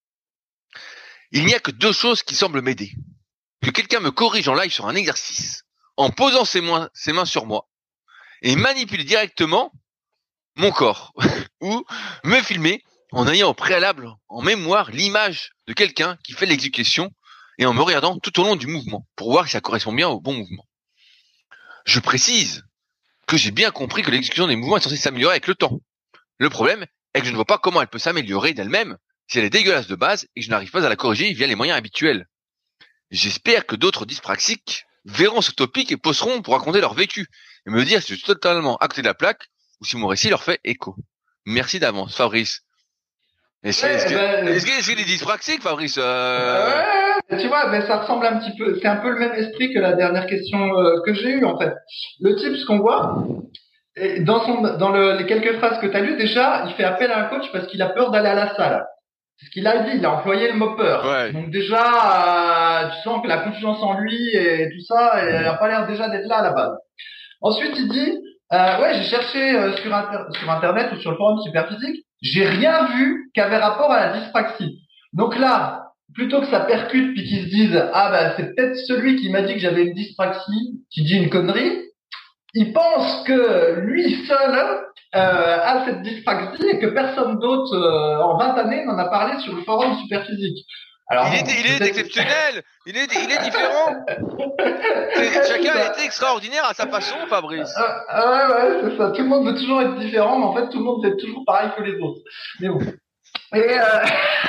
Il n'y a que deux choses qui semblent m'aider. Que quelqu'un me corrige en live sur un exercice, en posant ses, mains, ses mains sur moi, et manipuler directement mon corps, ou me filmer en ayant au préalable en mémoire l'image de quelqu'un qui fait l'exécution et en me regardant tout au long du mouvement, pour voir si ça correspond bien au bon mouvement. Je précise que j'ai bien compris que l'exécution des mouvements est censée s'améliorer avec le temps. Le problème est que je ne vois pas comment elle peut s'améliorer d'elle-même si elle est dégueulasse de base et que je n'arrive pas à la corriger via les moyens habituels. J'espère que d'autres dyspraxiques verront ce topic et posteront pour raconter leur vécu et me dire si je suis totalement à côté de la plaque ou si mon récit leur fait écho. Merci d'avance, Fabrice. Est-ce
Ouais,
est-ce que,
ben,
est-ce que, est-ce qu'il est dyspraxique, Fabrice euh...
ouais, tu vois, mais ça ressemble un petit peu, c'est un peu le même esprit que la dernière question euh, que j'ai eue, en fait. Le type, ce qu'on voit, et dans son, dans le, les quelques phrases que tu as lues, déjà, il fait appel à un coach parce qu'il a peur d'aller à la salle. C'est ce qu'il a dit, il a employé le mot peur.
Ouais.
Donc déjà, euh, tu sens que la confiance en lui et tout ça, elle a pas l'air déjà d'être là à la base. Ensuite, il dit, euh, ouais, j'ai cherché euh, sur, inter sur Internet ou sur le forum Superphysique, j'ai rien vu qui avait rapport à la dyspraxie. Donc là, plutôt que ça percute puis qu'ils se disent, ah bah c'est peut-être celui qui m'a dit que j'avais une dyspraxie, qui dit une connerie, il pense que lui seul euh, a cette dyspraxie et que personne d'autre euh, en vingt années n'en a parlé sur le forum Superphysique. Alors,
il,
bon,
est, il est exceptionnel, il est, il est différent. Chacun est extraordinaire à sa façon, Fabrice.
Euh, ouais, ouais, c'est ça. Tout le monde veut toujours être différent, mais en fait, tout le monde fait toujours pareil que les autres. Mais bon. Et, euh...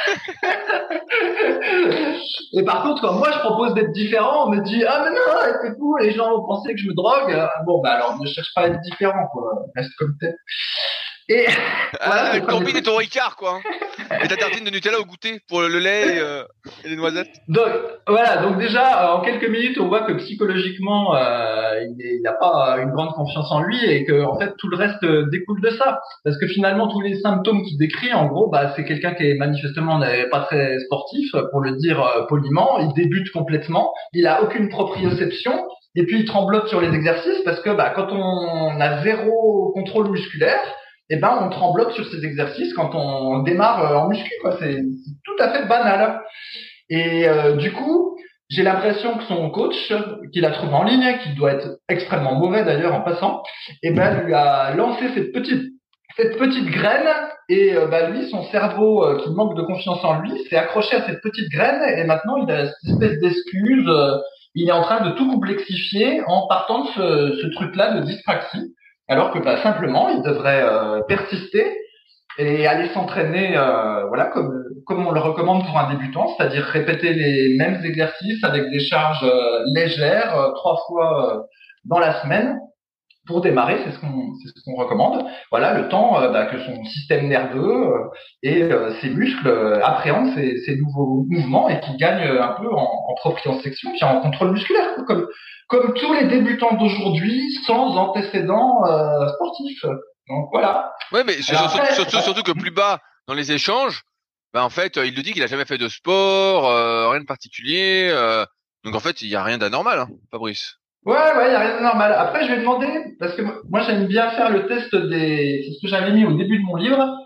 et par contre, quand moi je propose d'être différent, on me dit ah mais non, c'est fou, les gens vont penser que je me drogue. Bon bah alors ne cherche pas à être différent, quoi. Reste comme t'es. Et
voilà, ah, ton et ton Ricard, quoi. Et ta tartine de Nutella au goûter pour le lait et, euh, et les noisettes.
Donc voilà, donc déjà en quelques minutes, on voit que psychologiquement, euh, il n'a pas une grande confiance en lui et que en fait tout le reste découle de ça. Parce que finalement, tous les symptômes qu'il décrit, en gros, bah c'est quelqu'un qui est manifestement pas très sportif, pour le dire euh, poliment. Il débute complètement, il a aucune proprioception. Et puis il tremblote sur les exercices parce que bah quand on a zéro contrôle musculaire, eh ben on tremblote sur ces exercices quand on démarre en muscu, quoi. C'est, c'est tout à fait banal. Et euh, du coup, j'ai l'impression que son coach, qu'il a trouvé en ligne, qui doit être extrêmement mauvais d'ailleurs en passant, eh ben lui a lancé cette petite cette petite graine et euh, bah lui, son cerveau euh, qui manque de confiance en lui, s'est accroché à cette petite graine et maintenant il a cette espèce d'excuse. Euh, il est en train de tout complexifier en partant de ce, ce truc-là de dyspraxie. Alors que bah, simplement, il devrait euh, persister et aller s'entraîner, euh, voilà, comme comme on le recommande pour un débutant, c'est-à-dire répéter les mêmes exercices avec des charges euh, légères euh, trois fois euh, dans la semaine pour démarrer. C'est ce qu'on c'est ce qu'on recommande. Voilà, le temps euh, bah, que son système nerveux euh, et euh, ses muscles euh, appréhendent ces, ces nouveaux mouvements et qu'il gagne un peu en, en proprioception puis en contrôle musculaire, comme comme tous les débutants d'aujourd'hui sans antécédents euh, sportifs. Donc voilà.
Ouais, mais Alors, surtout, après, surtout, surtout que plus bas dans les échanges, bah en fait, il le dit qu'il a jamais fait de sport, euh, rien de particulier. Euh, donc en fait, il y a rien d'anormal, hein, Fabrice.
Ouais, ouais, il y a rien d'anormal. Après, je vais demander parce que moi j'aime bien faire le test des, c'est ce que j'avais mis au début de mon livre,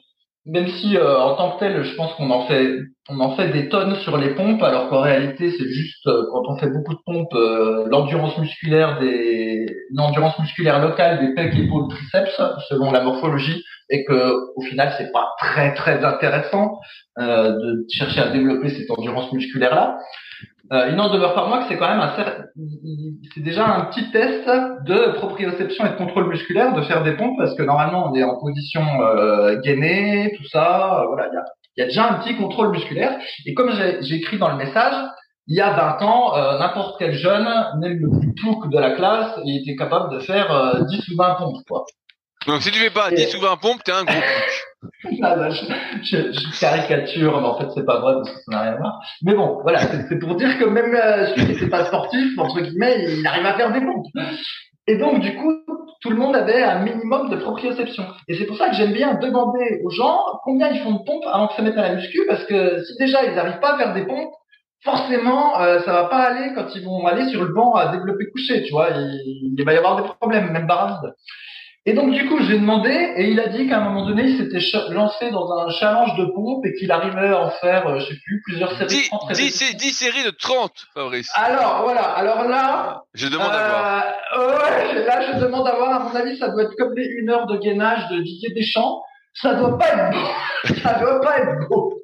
même si euh, en tant que tel, je pense qu'on en fait, on en fait des tonnes sur les pompes, alors qu'en réalité, c'est juste euh, quand on fait beaucoup de pompes, euh, l'endurance musculaire des, l'endurance musculaire locale des pecs, épaules, triceps, selon la morphologie, et que au final, c'est pas très très intéressant euh, de chercher à développer cette endurance musculaire là. Euh, il n'en demeure pas moins que c'est quand même un cer- c'est déjà un petit test de proprioception et de contrôle musculaire de faire des pompes parce que normalement on est en position euh, gainée, tout ça, euh, voilà, il y a, il y a déjà un petit contrôle musculaire. Et comme j'ai, j'ai écrit dans le message, il y a vingt ans, euh, n'importe quel jeune, même le plus plouc de la classe, il était capable de faire euh, dix ou vingt pompes, quoi.
Donc si tu fais pas
Et...
dix ou vingt pompes, t'es un gros
Ah bah, je, je, je caricature, mais en fait c'est pas vrai parce que ça n'a rien à voir. Mais bon, voilà, c'est, c'est pour dire que même euh, celui qui n'était pas sportif, entre guillemets, il arrive à faire des pompes. Et donc du coup, tout le monde avait un minimum de proprioception. Et c'est pour ça que j'aime bien demander aux gens combien ils font de pompes avant de se mettre à la muscu, parce que si déjà ils n'arrivent pas à faire des pompes, forcément euh, ça va pas aller quand ils vont aller sur le banc à développer couché, tu vois, il, il va y avoir des problèmes, même barre vide. Et donc du coup, je lui ai demandé, et il a dit qu'à un moment donné, il s'était ch- lancé dans un challenge de pompe et qu'il arrivait à en faire, euh, je sais plus, plusieurs séries de
dix,
trente
dix,
répétitions.
dix séries de trente, Fabrice.
Alors voilà, alors là,
Je demande à voir.
euh, ouais, là je demande à voir, à mon avis, ça doit être comme les une heure de gainage de Didier Deschamps. Ça doit pas être beau. Ça doit pas être beau.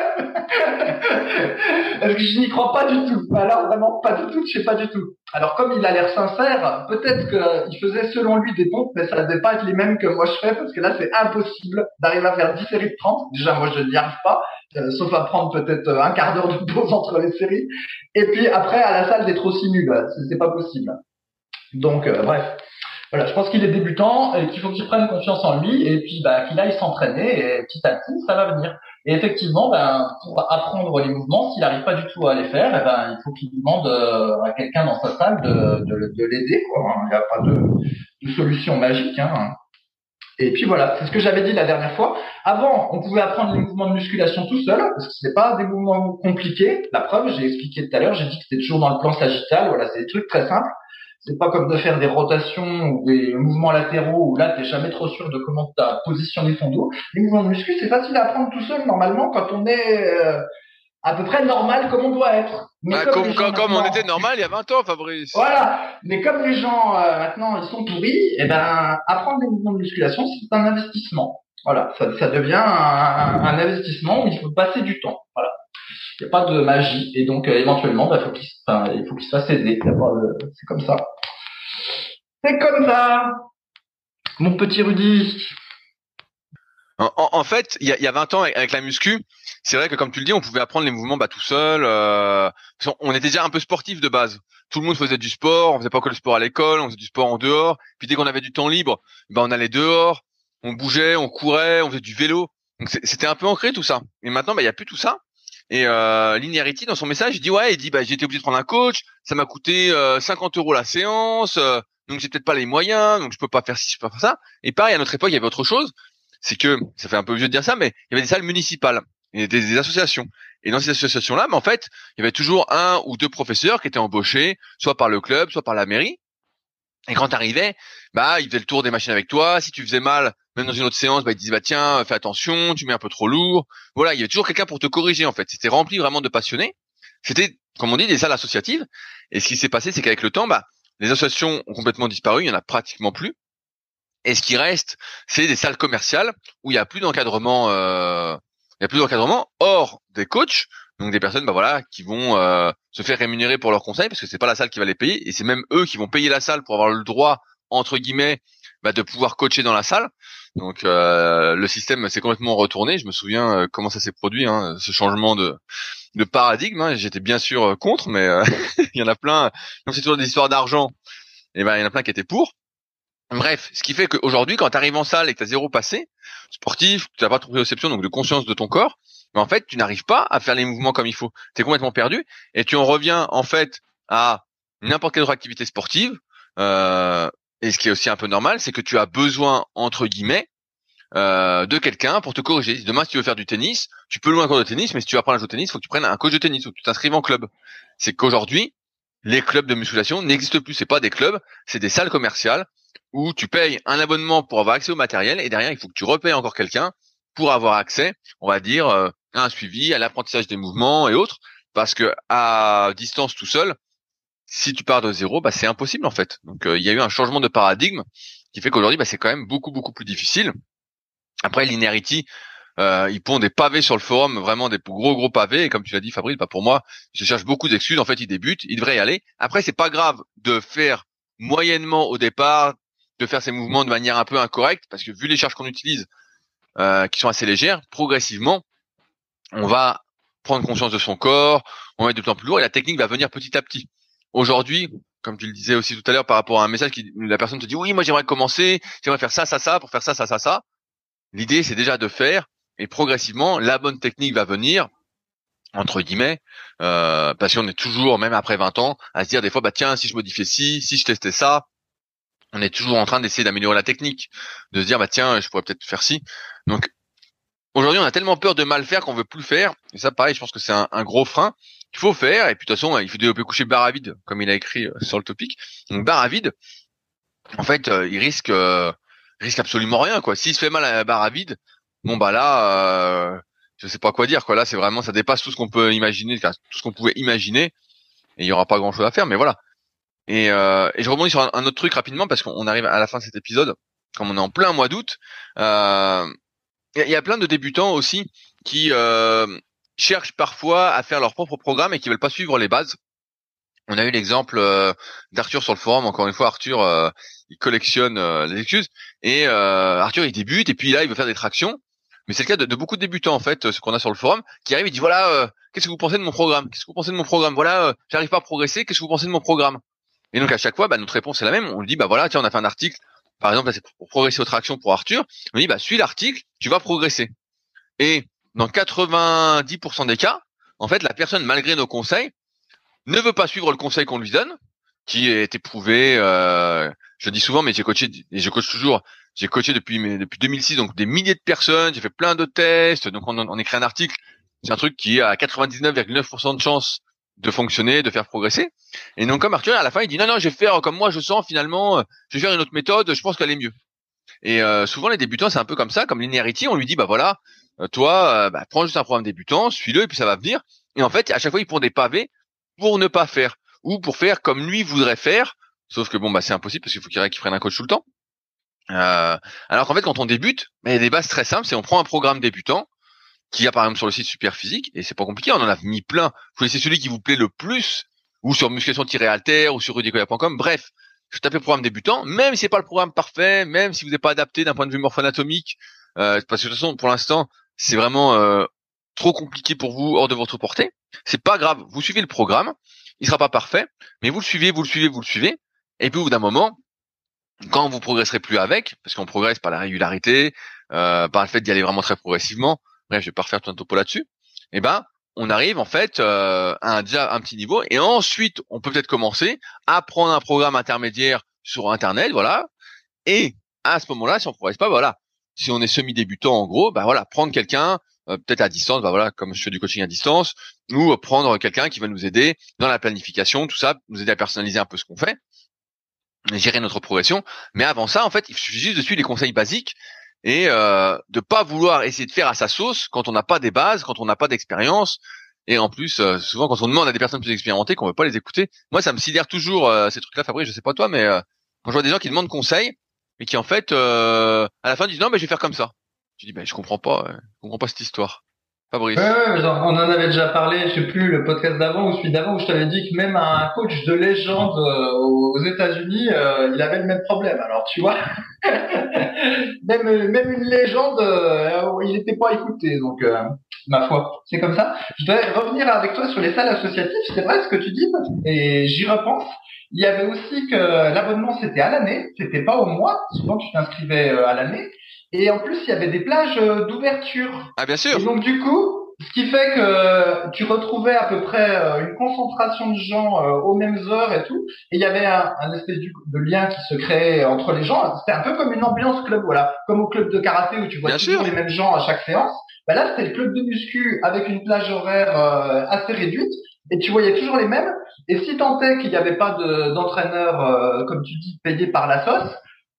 Parce que je n'y crois pas du tout. Alors vraiment pas du tout, je sais pas du tout. Alors comme il a l'air sincère, peut-être qu'il faisait selon lui des pompes, mais ça ne devait pas être les mêmes que moi je fais, parce que là c'est impossible d'arriver à faire dix séries de trente. Déjà moi je n'y arrive pas, euh, sauf à prendre peut-être un quart d'heure de pause entre les séries. Et puis après à la salle d'être aussi nul, c'est, c'est pas possible. Donc euh, bref. Voilà, je pense qu'il est débutant et qu'il faut qu'il prenne confiance en lui et puis bah, qu'il aille s'entraîner et petit à petit ça va venir. Et effectivement, ben, pour apprendre les mouvements, s'il n'arrive pas du tout à les faire, eh ben, il faut qu'il demande euh, à quelqu'un dans sa salle de, de, de l'aider, quoi. Il n'y a pas de, de solution magique, hein. Et puis voilà, c'est ce que j'avais dit la dernière fois. Avant, on pouvait apprendre les mouvements de musculation tout seul, parce que c'est pas des mouvements compliqués. La preuve, j'ai expliqué tout à l'heure, j'ai dit que c'était toujours dans le plan sagittal. Voilà, c'est des trucs très simples. C'est pas comme de faire des rotations ou des mouvements latéraux où là t'es jamais trop sûr de comment t'as positionné ton dos. Les mouvements de muscu, c'est facile à apprendre tout seul normalement quand on est euh, à peu près normal comme on doit être. Mais
Ah,
comme
comme,
les gens
comme, comme on
maintenant,
était normal il y a vingt ans, Fabrice.
voilà. Mais comme les gens euh, maintenant ils sont pourris, et ben apprendre des mouvements de musculation c'est un investissement. Voilà, ça, ça devient un, un investissement où il faut passer du temps. Voilà. Il n'y a pas de magie et donc euh, éventuellement bah, faut qu'il, enfin, il faut qu'il se fasse aider. Il y a pas de- C'est comme ça. C'est comme ça, mon petit Rudy.
En, en, en fait, il y a, il y a vingt ans avec, avec la muscu, c'est vrai que comme tu le dis, on pouvait apprendre les mouvements bah, tout seul. Euh, on était déjà un peu sportif de base. Tout le monde faisait du sport, on faisait pas que le sport à l'école, on faisait du sport en dehors. Puis dès qu'on avait du temps libre, bah, on allait dehors, on bougeait, on courait, on faisait du vélo. Donc c'est- c'était un peu ancré tout ça. Et maintenant, bah, il y a plus tout ça. Et euh, Linearity, dans son message, il dit ouais, il dit bah j'ai été obligé de prendre un coach, ça m'a coûté euh, cinquante euros la séance, euh, donc j'ai peut-être pas les moyens, donc je peux pas faire ci, je peux pas faire ça. Et pareil, à notre époque, il y avait autre chose, c'est que ça fait un peu vieux de dire ça, mais il y avait des salles municipales, il y avait des, des associations. Et dans ces associations-là, mais en fait, il y avait toujours un ou deux professeurs qui étaient embauchés, soit par le club, soit par la mairie. Et quand t'arrivais, bah, ils faisaient le tour des machines avec toi. Si tu faisais mal, même dans une autre séance, bah, ils disaient, bah, tiens, fais attention, tu mets un peu trop lourd. Voilà, il y avait toujours quelqu'un pour te corriger, en fait. C'était rempli vraiment de passionnés. C'était, comme on dit, des salles associatives. Et ce qui s'est passé, c'est qu'avec le temps, bah, les associations ont complètement disparu. Il y en a pratiquement plus. Et ce qui reste, c'est des salles commerciales où il y a plus d'encadrement, euh, il y a plus d'encadrement hors des coachs, donc des personnes, bah voilà, qui vont euh, se faire rémunérer pour leurs conseils parce que c'est pas la salle qui va les payer et c'est même eux qui vont payer la salle pour avoir le droit entre guillemets bah, de pouvoir coacher dans la salle. Donc euh, le système s'est complètement retourné. Je me souviens euh, comment ça s'est produit, hein, ce changement de de paradigme. Hein. J'étais bien sûr euh, contre, mais euh, il y en a plein. Donc c'est toujours des histoires d'argent. Et ben il y en a plein qui étaient pour. Bref, ce qui fait qu'aujourd'hui, quand tu arrives en salle et que tu as zéro passé, sportif, tu n'as pas de proprioception, donc de conscience de ton corps, mais en fait, tu n'arrives pas à faire les mouvements comme il faut. Tu es complètement perdu et tu en reviens en fait à n'importe quelle autre activité sportive. Euh, et ce qui est aussi un peu normal, c'est que tu as besoin, entre guillemets, euh, de quelqu'un pour te corriger. Demain, si tu veux faire du tennis, tu peux louer un cours de tennis, mais si tu veux apprendre à jouer au tennis, il faut que tu prennes un coach de tennis ou que tu t'inscrives en club. C'est qu'aujourd'hui, les clubs de musculation n'existent plus. C'est pas des clubs, c'est des salles commerciales où tu payes un abonnement pour avoir accès au matériel et derrière il faut que tu repayes encore quelqu'un pour avoir accès, on va dire, euh, à un suivi, à l'apprentissage des mouvements et autres, parce que à distance tout seul, si tu pars de zéro, bah c'est impossible en fait. Donc euh, il y a eu un changement de paradigme qui fait qu'aujourd'hui, bah c'est quand même beaucoup beaucoup plus difficile. Après, Linearity, euh, ils pondent des pavés sur le forum, vraiment des gros gros pavés. Et comme tu l'as dit, Fabrice, bah pour moi, je cherche beaucoup d'excuses. En fait, ils débutent, ils devraient y aller. Après, c'est pas grave de faire moyennement au départ, de faire ces mouvements de manière un peu incorrecte, parce que vu les charges qu'on utilise, euh, qui sont assez légères, progressivement, on va prendre conscience de son corps, on va être de plus en plus lourd, et la technique va venir petit à petit. Aujourd'hui, comme tu le disais aussi tout à l'heure par rapport à un message qui la personne te dit oui, moi j'aimerais commencer, j'aimerais faire ça, ça, ça, pour faire ça, ça, ça, ça. L'idée, c'est déjà de faire, et progressivement, la bonne technique va venir, entre guillemets, euh, parce qu'on est toujours, même après vingt ans, à se dire des fois, bah tiens, si je modifiais ci, si je testais ça, on est toujours en train d'essayer d'améliorer la technique, de se dire, bah tiens, je pourrais peut-être faire ci. Donc, aujourd'hui, on a tellement peur de mal faire qu'on veut plus faire, et ça, pareil, je pense que c'est un, un gros frein. Il faut faire, et puis de toute façon, il faut développer coucher barre à vide, comme il a écrit sur le topic. Donc, barre à vide, en fait, euh, il risque... Euh, risque absolument rien, quoi. S'il se fait mal à la barre à vide, bon bah là, euh, je sais pas quoi dire, quoi. Là, c'est vraiment, ça dépasse tout ce qu'on peut imaginer, tout ce qu'on pouvait imaginer, et il y aura pas grand chose à faire, mais voilà. Et, euh, et je rebondis sur un, un autre truc rapidement parce qu'on arrive à la fin de cet épisode, comme on est en plein mois d'août. Euh, il y, y a plein de débutants aussi qui euh, cherchent parfois à faire leur propre programme et qui veulent pas suivre les bases. On a eu l'exemple euh, d'Arthur sur le forum. Encore une fois, Arthur, euh, il collectionne euh, les excuses. Et euh, Arthur, il débute et puis là, il veut faire des tractions. Mais c'est le cas de, de beaucoup de débutants en fait, ce qu'on a sur le forum, qui arrivent et disent voilà, euh, qu'est-ce que vous pensez de mon programme? Qu'est-ce que vous pensez de mon programme? Voilà, euh, j'arrive pas à progresser. Qu'est-ce que vous pensez de mon programme? Et donc à chaque fois, bah, notre réponse est la même. On lui dit bah voilà, tiens, on a fait un article. Par exemple, là, c'est pour progresser aux tractions pour Arthur. On lui dit bah suis l'article, tu vas progresser. Et dans quatre-vingt-dix pour cent des cas, en fait, la personne, malgré nos conseils, ne veut pas suivre le conseil qu'on lui donne, qui est éprouvé. Euh, je le dis souvent, mais j'ai coaché et je coach toujours. J'ai coaché depuis mais depuis deux mille six, donc des milliers de personnes. J'ai fait plein de tests. Donc on, on écrit un article. C'est un truc qui a quatre-vingt-dix-neuf virgule neuf pour cent de chance de fonctionner, de faire progresser. Et donc comme Arthur à la fin, il dit non non, je vais faire comme moi je sens finalement. Je vais faire une autre méthode. Je pense qu'elle est mieux. Et euh, souvent les débutants c'est un peu comme ça, comme Linearity. On lui dit bah voilà, euh, toi euh, bah, prends juste un programme débutant, suis-le et puis ça va venir. Et en fait à chaque fois ils font des pavés pour ne pas faire ou pour faire comme lui voudrait faire, sauf que bon bah c'est impossible parce qu'il faut qu'il prenne un coach tout le temps. Euh, alors qu'en fait quand on débute, bah, il y a des bases très simples, c'est on prend un programme débutant qu'il y a par exemple sur le site Superphysique et c'est pas compliqué, on en a mis plein. Vous choisissez celui qui vous plaît le plus ou sur musculation-alter ou sur rudicoya point com. Bref, je tapez programme débutant, même si c'est pas le programme parfait, même si vous n'êtes pas adapté d'un point de vue morpho-anatomique, euh, parce que de toute façon pour l'instant c'est vraiment euh, trop compliqué pour vous, hors de votre portée. C'est pas grave, vous suivez le programme, il sera pas parfait, mais vous le suivez, vous le suivez, vous le suivez, et puis au bout d'un moment, quand vous progresserez plus avec, parce qu'on progresse par la régularité, euh, par le fait d'y aller vraiment très progressivement, bref, je vais pas refaire tout un topo là-dessus, et ben, on arrive en fait euh, à un, déjà un petit niveau, et ensuite, on peut peut-être commencer à prendre un programme intermédiaire sur Internet, voilà, et à ce moment-là, si on progresse pas, voilà, si on est semi-débutant en gros, bah voilà, prendre quelqu'un euh, peut-être à distance, bah voilà, comme je fais du coaching à distance, ou euh, prendre quelqu'un qui va nous aider dans la planification, tout ça, nous aider à personnaliser un peu ce qu'on fait, et gérer notre progression. Mais avant ça, en fait, il suffit juste de suivre les conseils basiques et euh, de pas vouloir essayer de faire à sa sauce quand on n'a pas des bases, quand on n'a pas d'expérience. Et en plus, euh, souvent quand on demande à des personnes plus expérimentées qu'on veut pas les écouter, moi ça me sidère toujours euh, ces trucs-là, Fabrice, je sais pas toi, mais euh, quand je vois des gens qui demandent conseil et qui en fait euh, à la fin disent non mais je vais faire comme ça. Je dis ben je comprends pas, euh, je comprends pas cette histoire. Fabrice.
Ouais, ouais, mais genre, on en avait déjà parlé, je sais plus, le podcast d'avant ou celui d'avant où je t'avais dit que même un coach de légende euh, aux États-Unis, euh, il avait le même problème. Alors tu vois, même même une légende, euh, il n'était pas écouté. Donc euh, ma foi, c'est comme ça. Je voudrais revenir avec toi sur les salles associatives. C'est vrai ce que tu dis, et j'y repense. Il y avait aussi que l'abonnement c'était à l'année, c'était pas au mois. Souvent tu t'inscrivais à l'année. Et en plus, il y avait des plages d'ouverture.
Ah bien sûr.
Et donc du coup, ce qui fait que tu retrouvais à peu près une concentration de gens aux mêmes heures et tout. Et il y avait un, un espèce de lien qui se créait entre les gens. C'était un peu comme une ambiance club, voilà, comme au club de karaté où tu vois bien toujours sûr. Les mêmes gens à chaque séance. Ben là, c'était le club de muscu avec une plage horaire assez réduite. Et tu voyais toujours les mêmes. Et si tant est qu'il n'y avait pas de, d'entraîneur, euh, comme tu dis, payé par la sauce,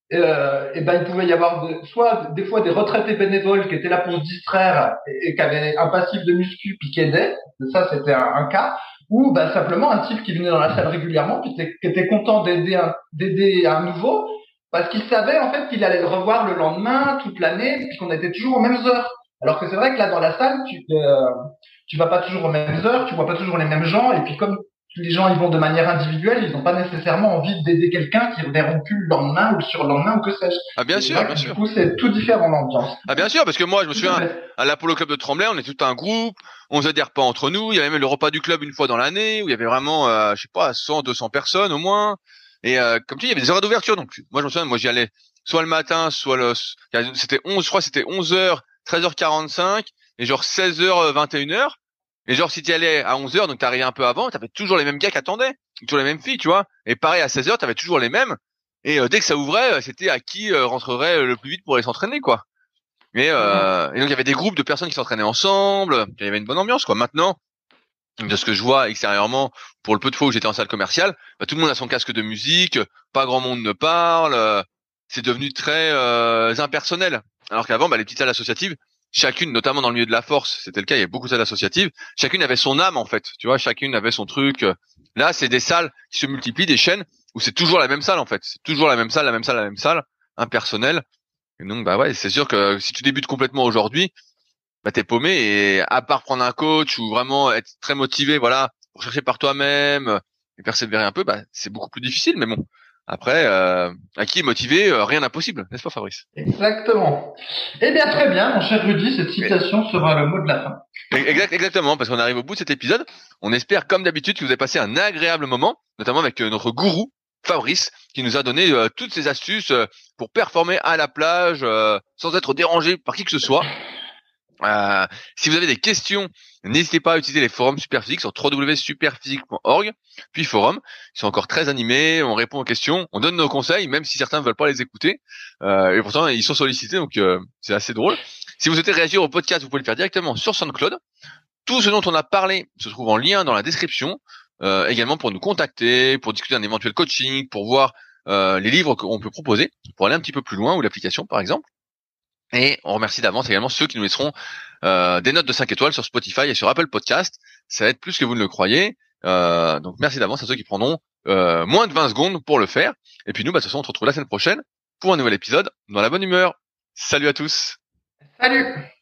euh, et ben il pouvait y avoir de, soit des fois des retraités bénévoles qui étaient là pour se distraire et, et qui avaient un passif de muscu puis qui aidaient. Ça c'était un, un cas. Ou ben simplement un type qui venait dans la salle régulièrement puis qui était, qui était content d'aider un, d'aider un nouveau parce qu'il savait en fait qu'il allait le revoir le lendemain, toute l'année, puis qu'on était toujours aux mêmes heures. Alors que c'est vrai que là dans la salle, tu euh, tu vas pas toujours aux mêmes heures, tu vois pas toujours les mêmes gens, et puis comme les gens ils vont de manière individuelle, ils n'ont pas nécessairement envie d'aider quelqu'un qui ne reverront plus le lendemain ou le surlendemain ou que sais-je.
Ah bien
Et
sûr,
vrai
bien
que,
sûr.
du coup, c'est tout différent l'ambiance.
Ah bien sûr, parce que moi je me
Tout
souviens
à fait.
à l'Apollo Club de Tremblay, on était tout un groupe, on faisait des repas entre nous, il y avait même le repas du club une fois dans l'année où il y avait vraiment, euh, je sais pas, cent, deux cents personnes au moins. Et euh, comme tu dis, il y avait des horaires d'ouverture, donc moi je me souviens, moi j'y allais soit le matin, soit le, c'était onze, je crois, c'était onze heures, treize heures quarante-cinq, et genre seize heures, vingt et une heures. Et genre si tu allais à onze heures, donc t'arrivais un peu avant, t'avais toujours les mêmes gars qui attendaient, toujours les mêmes filles, tu vois. Et pareil à seize heures, t'avais toujours les mêmes. Et euh, dès que ça ouvrait, c'était à qui euh, rentrerait le plus vite pour aller s'entraîner, quoi. Et, euh, et donc il y avait des groupes de personnes qui s'entraînaient ensemble, il y avait une bonne ambiance, quoi. Maintenant, de ce que je vois extérieurement, pour le peu de fois où j'étais en salle commerciale, bah, tout le monde a son casque de musique, pas grand monde ne parle, euh, c'est devenu très euh, impersonnel. Alors qu'avant, bah, les petites salles associatives, chacune, notamment dans le milieu de la force, c'était le cas, il y avait beaucoup de salles associatives, chacune avait son âme en fait, tu vois, chacune avait son truc. Là, c'est des salles qui se multiplient, des chaînes où c'est toujours la même salle en fait, c'est toujours la même salle, la même salle, la même salle, impersonnelle. Et donc bah ouais, c'est sûr que si tu débutes complètement aujourd'hui, bah t'es paumé et à part prendre un coach ou vraiment être très motivé, voilà, pour chercher par toi-même et persévérer un peu, bah c'est beaucoup plus difficile. Mais bon, après, euh, à qui est motivé, euh, rien d'impossible, n'est-ce pas, Fabrice?
Exactement. Eh bien, très bien, mon cher Rudy, cette citation sera le mot de la fin.
Exact, exactement, parce qu'on arrive au bout de cet épisode. On espère, comme d'habitude, que vous avez passé un agréable moment, notamment avec euh, notre gourou, Fabrice, qui nous a donné euh, toutes ces astuces euh, pour performer à la plage euh, sans être dérangé par qui que ce soit. Euh, si vous avez des questions, n'hésitez pas à utiliser les forums Superphysique sur w w w point superphysique point org, puis forums. Ils sont encore très animés, on répond aux questions, on donne nos conseils, même si certains ne veulent pas les écouter. Euh, et pourtant, ils sont sollicités, donc euh, c'est assez drôle. Si vous souhaitez réagir au podcast, vous pouvez le faire directement sur SoundCloud. Tout ce dont on a parlé se trouve en lien dans la description, euh, également pour nous contacter, pour discuter d'un éventuel coaching, pour voir euh, les livres qu'on peut proposer, pour aller un petit peu plus loin, ou l'application par exemple. Et on remercie d'avance également ceux qui nous laisseront euh, des notes de cinq étoiles sur Spotify et sur Apple Podcast. Ça va être plus que vous ne le croyez. Euh, donc merci d'avance à ceux qui prendront euh, moins de vingt secondes pour le faire. Et puis nous, bah, de toute façon, on se retrouve la semaine prochaine pour un nouvel épisode dans la bonne humeur. Salut à tous.
Salut!